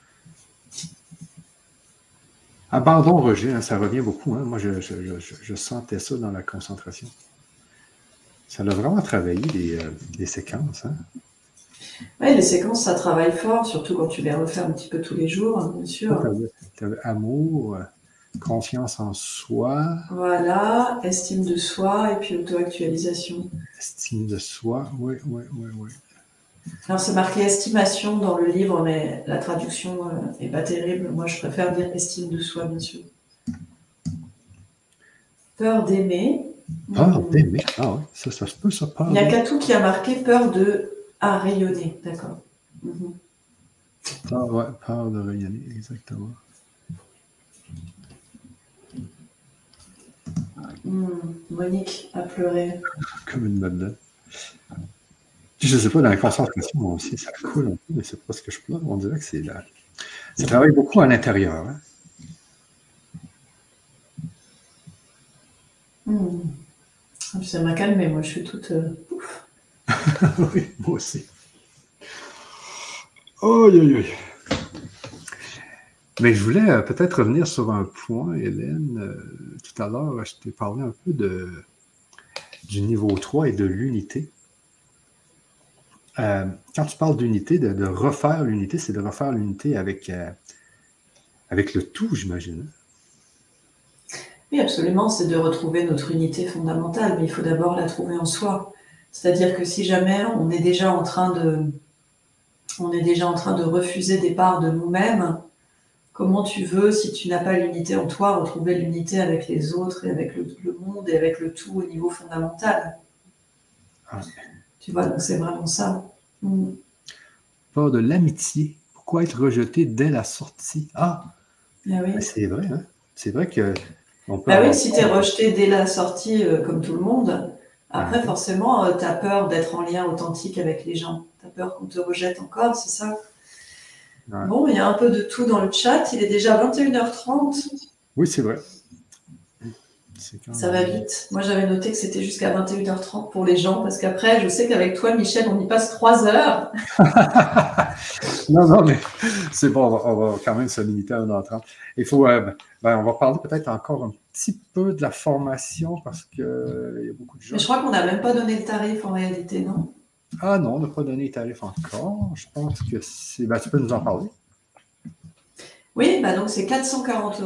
Abandon, rejet, hein, ça revient beaucoup. Hein. Moi, je, je, je, je sentais ça dans la concentration. Ça a vraiment travaillé les, euh, les séquences. Hein.
Oui, les séquences, ça travaille fort, surtout quand tu les refais un petit peu tous les jours, hein, bien sûr.
Tu avais amour, confiance en soi.
Voilà, estime de soi et puis auto-actualisation.
Estime de soi, oui, oui, oui, oui.
Alors, c'est marqué estimation dans le livre, mais la traduction n'est pas terrible. Moi, je préfère dire estime de soi, bien sûr. Peur d'aimer.
Peur mmh. d'aimer, ah oui, ça, ça se peut, ça, peur.
Il y a Katou qui a marqué peur de ah, rayonner, d'accord. Mmh.
Peur, ouais, peur de rayonner, exactement.
Mmh. Monique a pleuré.
Comme une madeleine. Je ne sais pas, dans la concentration aussi, ça coule un peu, mais c'est pas ce que je pleure. On dirait que c'est là. Ça travaille beaucoup à l'intérieur. Hein?
Mmh. Ça m'a calmée, moi, je suis toute euh, ouf.
Oui, moi aussi. Aïe, aïe, aïe. Mais je voulais euh, peut-être revenir sur un point, Hélène. Euh, tout à l'heure, je t'ai parlé un peu de, du niveau trois et de l'unité. Euh, quand tu parles d'unité, de, de refaire l'unité, c'est de refaire l'unité avec, euh, avec le tout, j'imagine.
Oui, absolument, c'est de retrouver notre unité fondamentale, mais il faut d'abord la trouver en soi. C'est-à-dire que si jamais on est déjà en train de, on est déjà en train de refuser des parts de nous-mêmes, comment tu veux, si tu n'as pas l'unité en toi, retrouver l'unité avec les autres et avec le, le monde et avec le tout au niveau fondamental.
Ah.
Tu vois, donc c'est vraiment ça. Mm.
Peur de l'amitié. Pourquoi être rejeté dès la sortie? Ah,
ah oui.
Ben, c'est vrai, hein? C'est vrai que... On peut
bah oui, si tu es rejeté dès la sortie, euh, comme tout le monde, après, ah. forcément, euh, tu as peur d'être en lien authentique avec les gens. Tu as peur qu'on te rejette encore, c'est ça? Ouais. Bon, il y a un peu de tout dans le chat. Il est déjà vingt et une heures trente.
Oui, c'est vrai.
Ça va vite. Moi, j'avais noté que c'était jusqu'à vingt et une heures trente pour les gens, parce qu'après, je sais qu'avec toi, Michel, on y passe trois heures.
non, non, mais c'est bon, on va, on va quand même se limiter à une heure trente. Il faut, euh, ben, on va parler peut-être encore un petit peu de la formation, parce qu'il euh, y a beaucoup de gens...
Mais je crois qu'on n'a même pas donné le tarif en réalité, non?
Ah non, on n'a pas donné le tarif encore. Je pense que c'est... Ben, tu peux nous en parler?
Oui, bah donc c'est quatre cent quarante euros.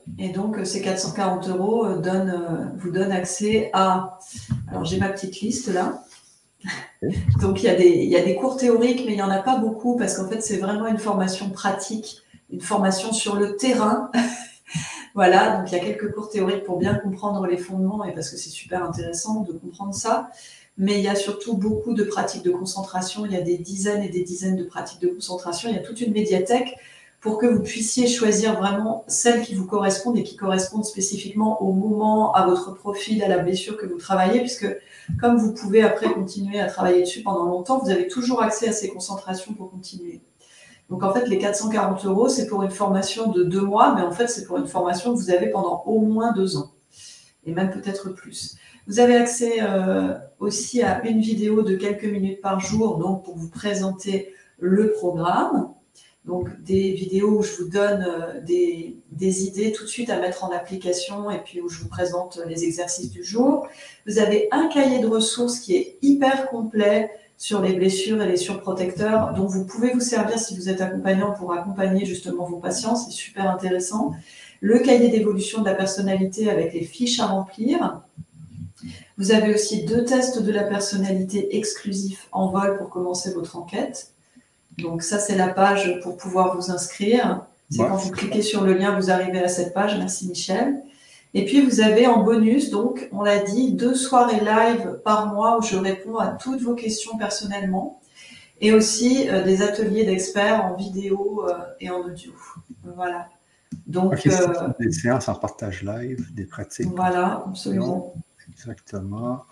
Et donc, ces quatre cent quarante euros donnent, vous donnent accès à... Alors, j'ai ma petite liste là. Donc, il y, a des, il y a des cours théoriques, mais il n'y en a pas beaucoup parce qu'en fait, c'est vraiment une formation pratique, une formation sur le terrain. Voilà, donc il y a quelques cours théoriques pour bien comprendre les fondements et parce que c'est super intéressant de comprendre ça. Mais il y a surtout beaucoup de pratiques de concentration. Il y a des dizaines et des dizaines de pratiques de concentration. Il y a toute une médiathèque pour que vous puissiez choisir vraiment celles qui vous correspondent et qui correspondent spécifiquement au moment, à votre profil, à la blessure que vous travaillez, puisque comme vous pouvez après continuer à travailler dessus pendant longtemps, vous avez toujours accès à ces concentrations pour continuer. Donc en fait, les quatre cent quarante euros, c'est pour une formation de deux mois, mais en fait, c'est pour une formation que vous avez pendant au moins deux ans, et même peut-être plus. Vous avez accès euh, aussi à une vidéo de quelques minutes par jour, donc pour vous présenter le programme. Donc des vidéos où je vous donne euh, des, des idées tout de suite à mettre en application et puis où je vous présente les exercices du jour. Vous avez un cahier de ressources qui est hyper complet sur les blessures et les surprotecteurs, dont vous pouvez vous servir si vous êtes accompagnant pour accompagner justement vos patients, c'est super intéressant. Le cahier d'évolution de la personnalité avec les fiches à remplir. Vous avez aussi deux tests de la personnalité exclusifs en vol pour commencer votre enquête. Donc ça, c'est la page pour pouvoir vous inscrire. C'est ouais. Quand vous cliquez sur le lien, vous arrivez à cette page. Merci Michel. Et puis, vous avez en bonus, donc, on l'a dit, deux soirées live par mois où je réponds à toutes vos questions personnellement. Et aussi euh, des ateliers d'experts en vidéo euh, et en audio. Voilà. Donc,
okay, euh, des séances en partage live, des pratiques.
Voilà, absolument.
Exactement.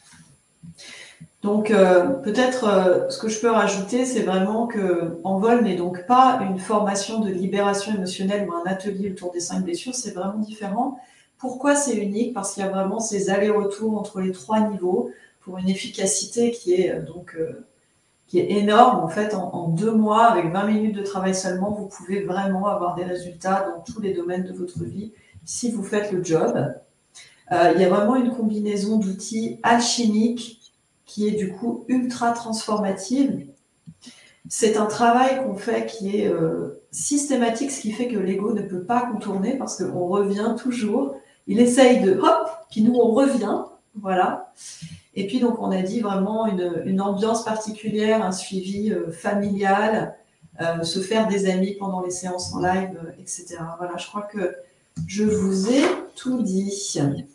Donc, euh, peut-être, euh, ce que je peux rajouter, c'est vraiment que Envol n'est donc pas une formation de libération émotionnelle ou un atelier autour des cinq blessures, c'est vraiment différent. Pourquoi c'est unique? Parce qu'il y a vraiment ces allers-retours entre les trois niveaux pour une efficacité qui est, euh, donc, euh, qui est énorme. En fait, en, en deux mois, avec vingt minutes de travail seulement, vous pouvez vraiment avoir des résultats dans tous les domaines de votre vie si vous faites le job. Euh, il y a vraiment une combinaison d'outils alchimiques qui est du coup ultra transformative. C'est un travail qu'on fait qui est euh, systématique, ce qui fait que l'ego ne peut pas contourner parce qu'on revient toujours. Il essaye de hop, puis nous on revient, voilà. Et puis donc on a dit vraiment une, une ambiance particulière, un suivi euh, familial, euh, se faire des amis pendant les séances en live, euh, et cetera. Voilà, je crois que je vous ai tout dit.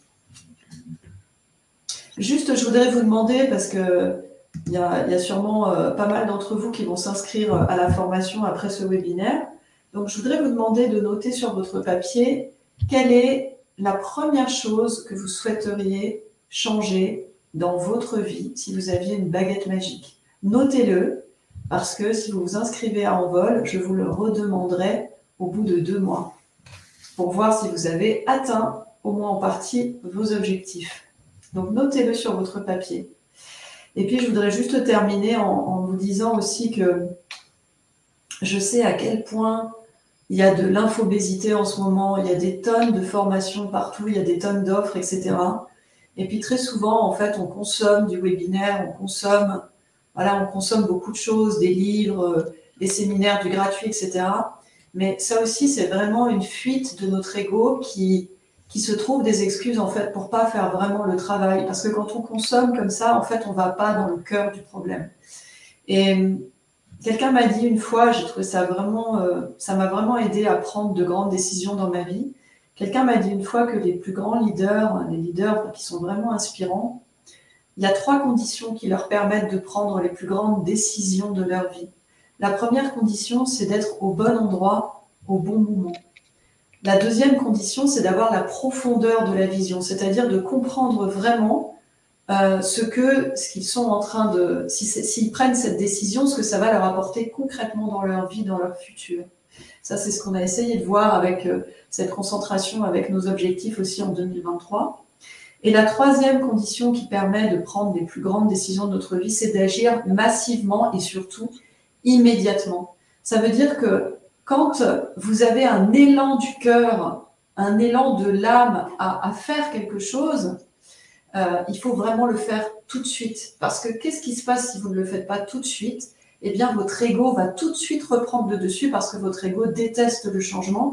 Juste, je voudrais vous demander, parce que il y a, il y a sûrement euh, pas mal d'entre vous qui vont s'inscrire à la formation après ce webinaire. Donc, je voudrais vous demander de noter sur votre papier quelle est la première chose que vous souhaiteriez changer dans votre vie si vous aviez une baguette magique. Notez-le, parce que si vous vous inscrivez à Envol, je vous le redemanderai au bout de deux mois pour voir si vous avez atteint au moins en partie vos objectifs. Donc, notez-le sur votre papier. Et puis, je voudrais juste terminer en, en vous disant aussi que je sais à quel point il y a de l'infobésité en ce moment, il y a des tonnes de formations partout, il y a des tonnes d'offres, et cetera. Et puis, très souvent, en fait, on consomme du webinaire, on consomme, voilà, on consomme beaucoup de choses, des livres, des séminaires, du gratuit, et cetera. Mais ça aussi, c'est vraiment une fuite de notre ego qui... qui se trouvent des excuses en fait pour pas faire vraiment le travail. Parce que quand on consomme comme ça, en fait, on va pas dans le cœur du problème. Et quelqu'un m'a dit une fois, j'ai trouvé ça vraiment, euh, ça m'a vraiment aidé à prendre de grandes décisions dans ma vie. Quelqu'un m'a dit une fois que les plus grands leaders, les leaders qui sont vraiment inspirants, il y a trois conditions qui leur permettent de prendre les plus grandes décisions de leur vie. La première condition, c'est d'être au bon endroit, au bon moment. La deuxième condition, c'est d'avoir la profondeur de la vision, c'est-à-dire de comprendre vraiment euh, ce que, ce qu'ils sont en train de, si s'ils prennent cette décision, ce que ça va leur apporter concrètement dans leur vie, dans leur futur. Ça, c'est ce qu'on a essayé de voir avec euh, cette concentration, avec nos objectifs aussi en deux mille vingt-trois. Et la troisième condition qui permet de prendre les plus grandes décisions de notre vie, c'est d'agir massivement et surtout immédiatement. Ça veut dire que quand vous avez un élan du cœur, un élan de l'âme à, à faire quelque chose, euh, il faut vraiment le faire tout de suite. Parce que qu'est-ce qui se passe si vous ne le faites pas tout de suite? Eh bien, votre ego va tout de suite reprendre le dessus parce que votre ego déteste le changement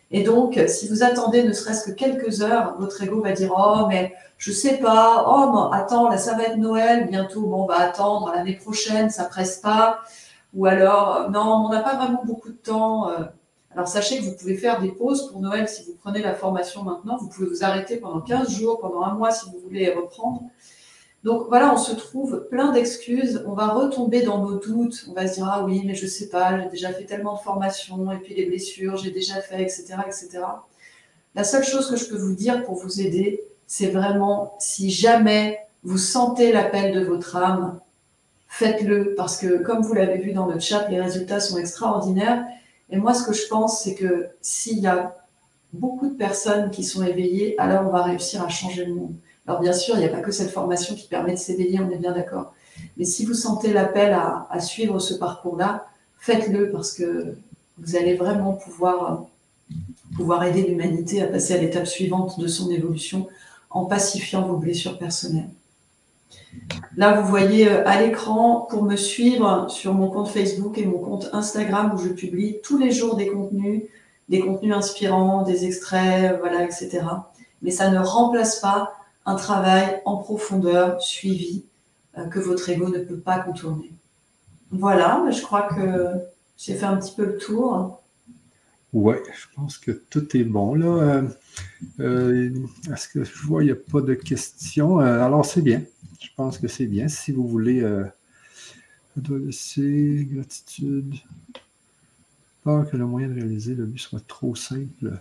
Et donc, si vous attendez ne serait-ce que quelques heures, votre ego va dire « Oh, mais je sais pas. Oh, mais attends, là, ça va être Noël bientôt. Bon, on va attendre l'année prochaine, ça presse pas. » Ou alors « Non, on n'a pas vraiment beaucoup de temps. » Alors, sachez que vous pouvez faire des pauses pour Noël si vous prenez la formation maintenant. Vous pouvez vous arrêter pendant quinze jours, pendant un mois si vous voulez reprendre. Donc, voilà, on se trouve plein d'excuses. On va retomber dans nos doutes. On va se dire « Ah oui, mais je sais pas, j'ai déjà fait tellement de formations. Et puis les blessures, j'ai déjà fait, et cetera, et cetera » La seule chose que je peux vous dire pour vous aider, c'est vraiment, si jamais vous sentez l'appel de votre âme, faites-le. Parce que, comme vous l'avez vu dans le chat, les résultats sont extraordinaires. Et moi, ce que je pense, c'est que s'il y a beaucoup de personnes qui sont éveillées, alors on va réussir à changer le monde. Alors bien sûr, il n'y a pas que cette formation qui permet de s'éveiller, on est bien d'accord. Mais si vous sentez l'appel à, à suivre ce parcours-là, faites-le parce que vous allez vraiment pouvoir, pouvoir aider l'humanité à passer à l'étape suivante de son évolution en pacifiant vos blessures personnelles. Là, vous voyez à l'écran, pour me suivre sur mon compte Facebook et mon compte Instagram où je publie tous les jours des contenus, des contenus inspirants, des extraits, voilà, et cetera. Mais ça ne remplace pas un travail en profondeur, suivi, euh, que votre ego ne peut pas contourner. Voilà, je crois que j'ai fait un petit peu le tour.
Oui, je pense que tout est bon, là. Euh, euh, est-ce que je vois, il n'y a pas de questions? Euh, alors, c'est bien. Je pense que c'est bien. Si vous voulez, euh, je dois laisser gratitude. Peur que le moyen de réaliser le but soit trop simple.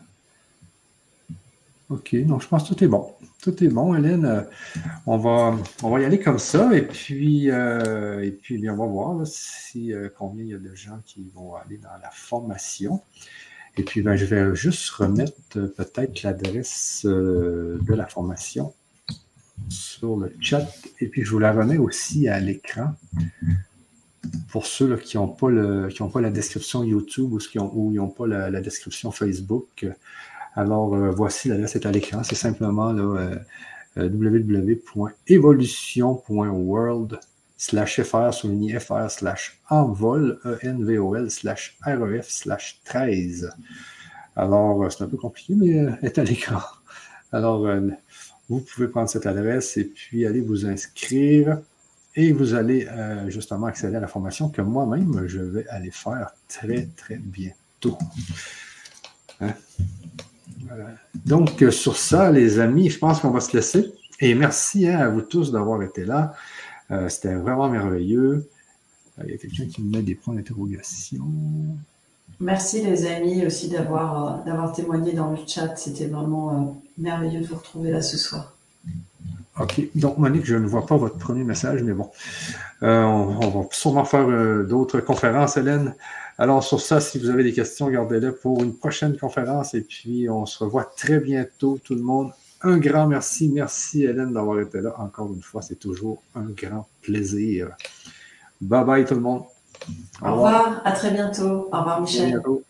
OK, donc je pense que tout est bon. Tout est bon, Hélène. Euh, on, va, on va y aller comme ça et puis, euh, et puis bien, on va voir là, si, euh, combien il y a de gens qui vont aller dans la formation. Et puis, ben, je vais juste remettre euh, peut-être l'adresse euh, de la formation sur le chat. Et puis, je vous la remets aussi à l'écran pour ceux là, qui n'ont pas, pas la description YouTube ou qui ont, ou ils n'ont pas la, la description Facebook. Alors, euh, voici l'adresse est à l'écran. C'est simplement là, euh, w w w point evolution point world slash fr souligné fr slash envol e n v o l slash ref slash treize. Alors, c'est un peu compliqué, mais euh, est à l'écran. Alors, euh, vous pouvez prendre cette adresse et puis aller vous inscrire et vous allez euh, justement accéder à la formation que moi-même, je vais aller faire très, très bientôt. Hein? Voilà. Donc, euh, sur ça, les amis, je pense qu'on va se laisser. Et merci hein, à vous tous d'avoir été là. Euh, C'était vraiment merveilleux. Euh, il y a quelqu'un qui me met des points d'interrogation.
Merci les amis aussi d'avoir euh, d'avoir témoigné dans le chat. C'était vraiment euh, merveilleux de vous retrouver là ce soir.
OK. Donc, Monique, je ne vois pas votre premier message, mais bon. Euh, on, on va sûrement faire euh, d'autres conférences, Hélène. Alors, sur ça, si vous avez des questions, gardez-les pour une prochaine conférence. Et puis, on se revoit très bientôt, tout le monde. Un grand merci. Merci, Hélène, d'avoir été là. Encore une fois, c'est toujours un grand plaisir. Bye bye, tout le monde.
Au revoir. Au revoir. À très bientôt. Au revoir, Michel. À bientôt.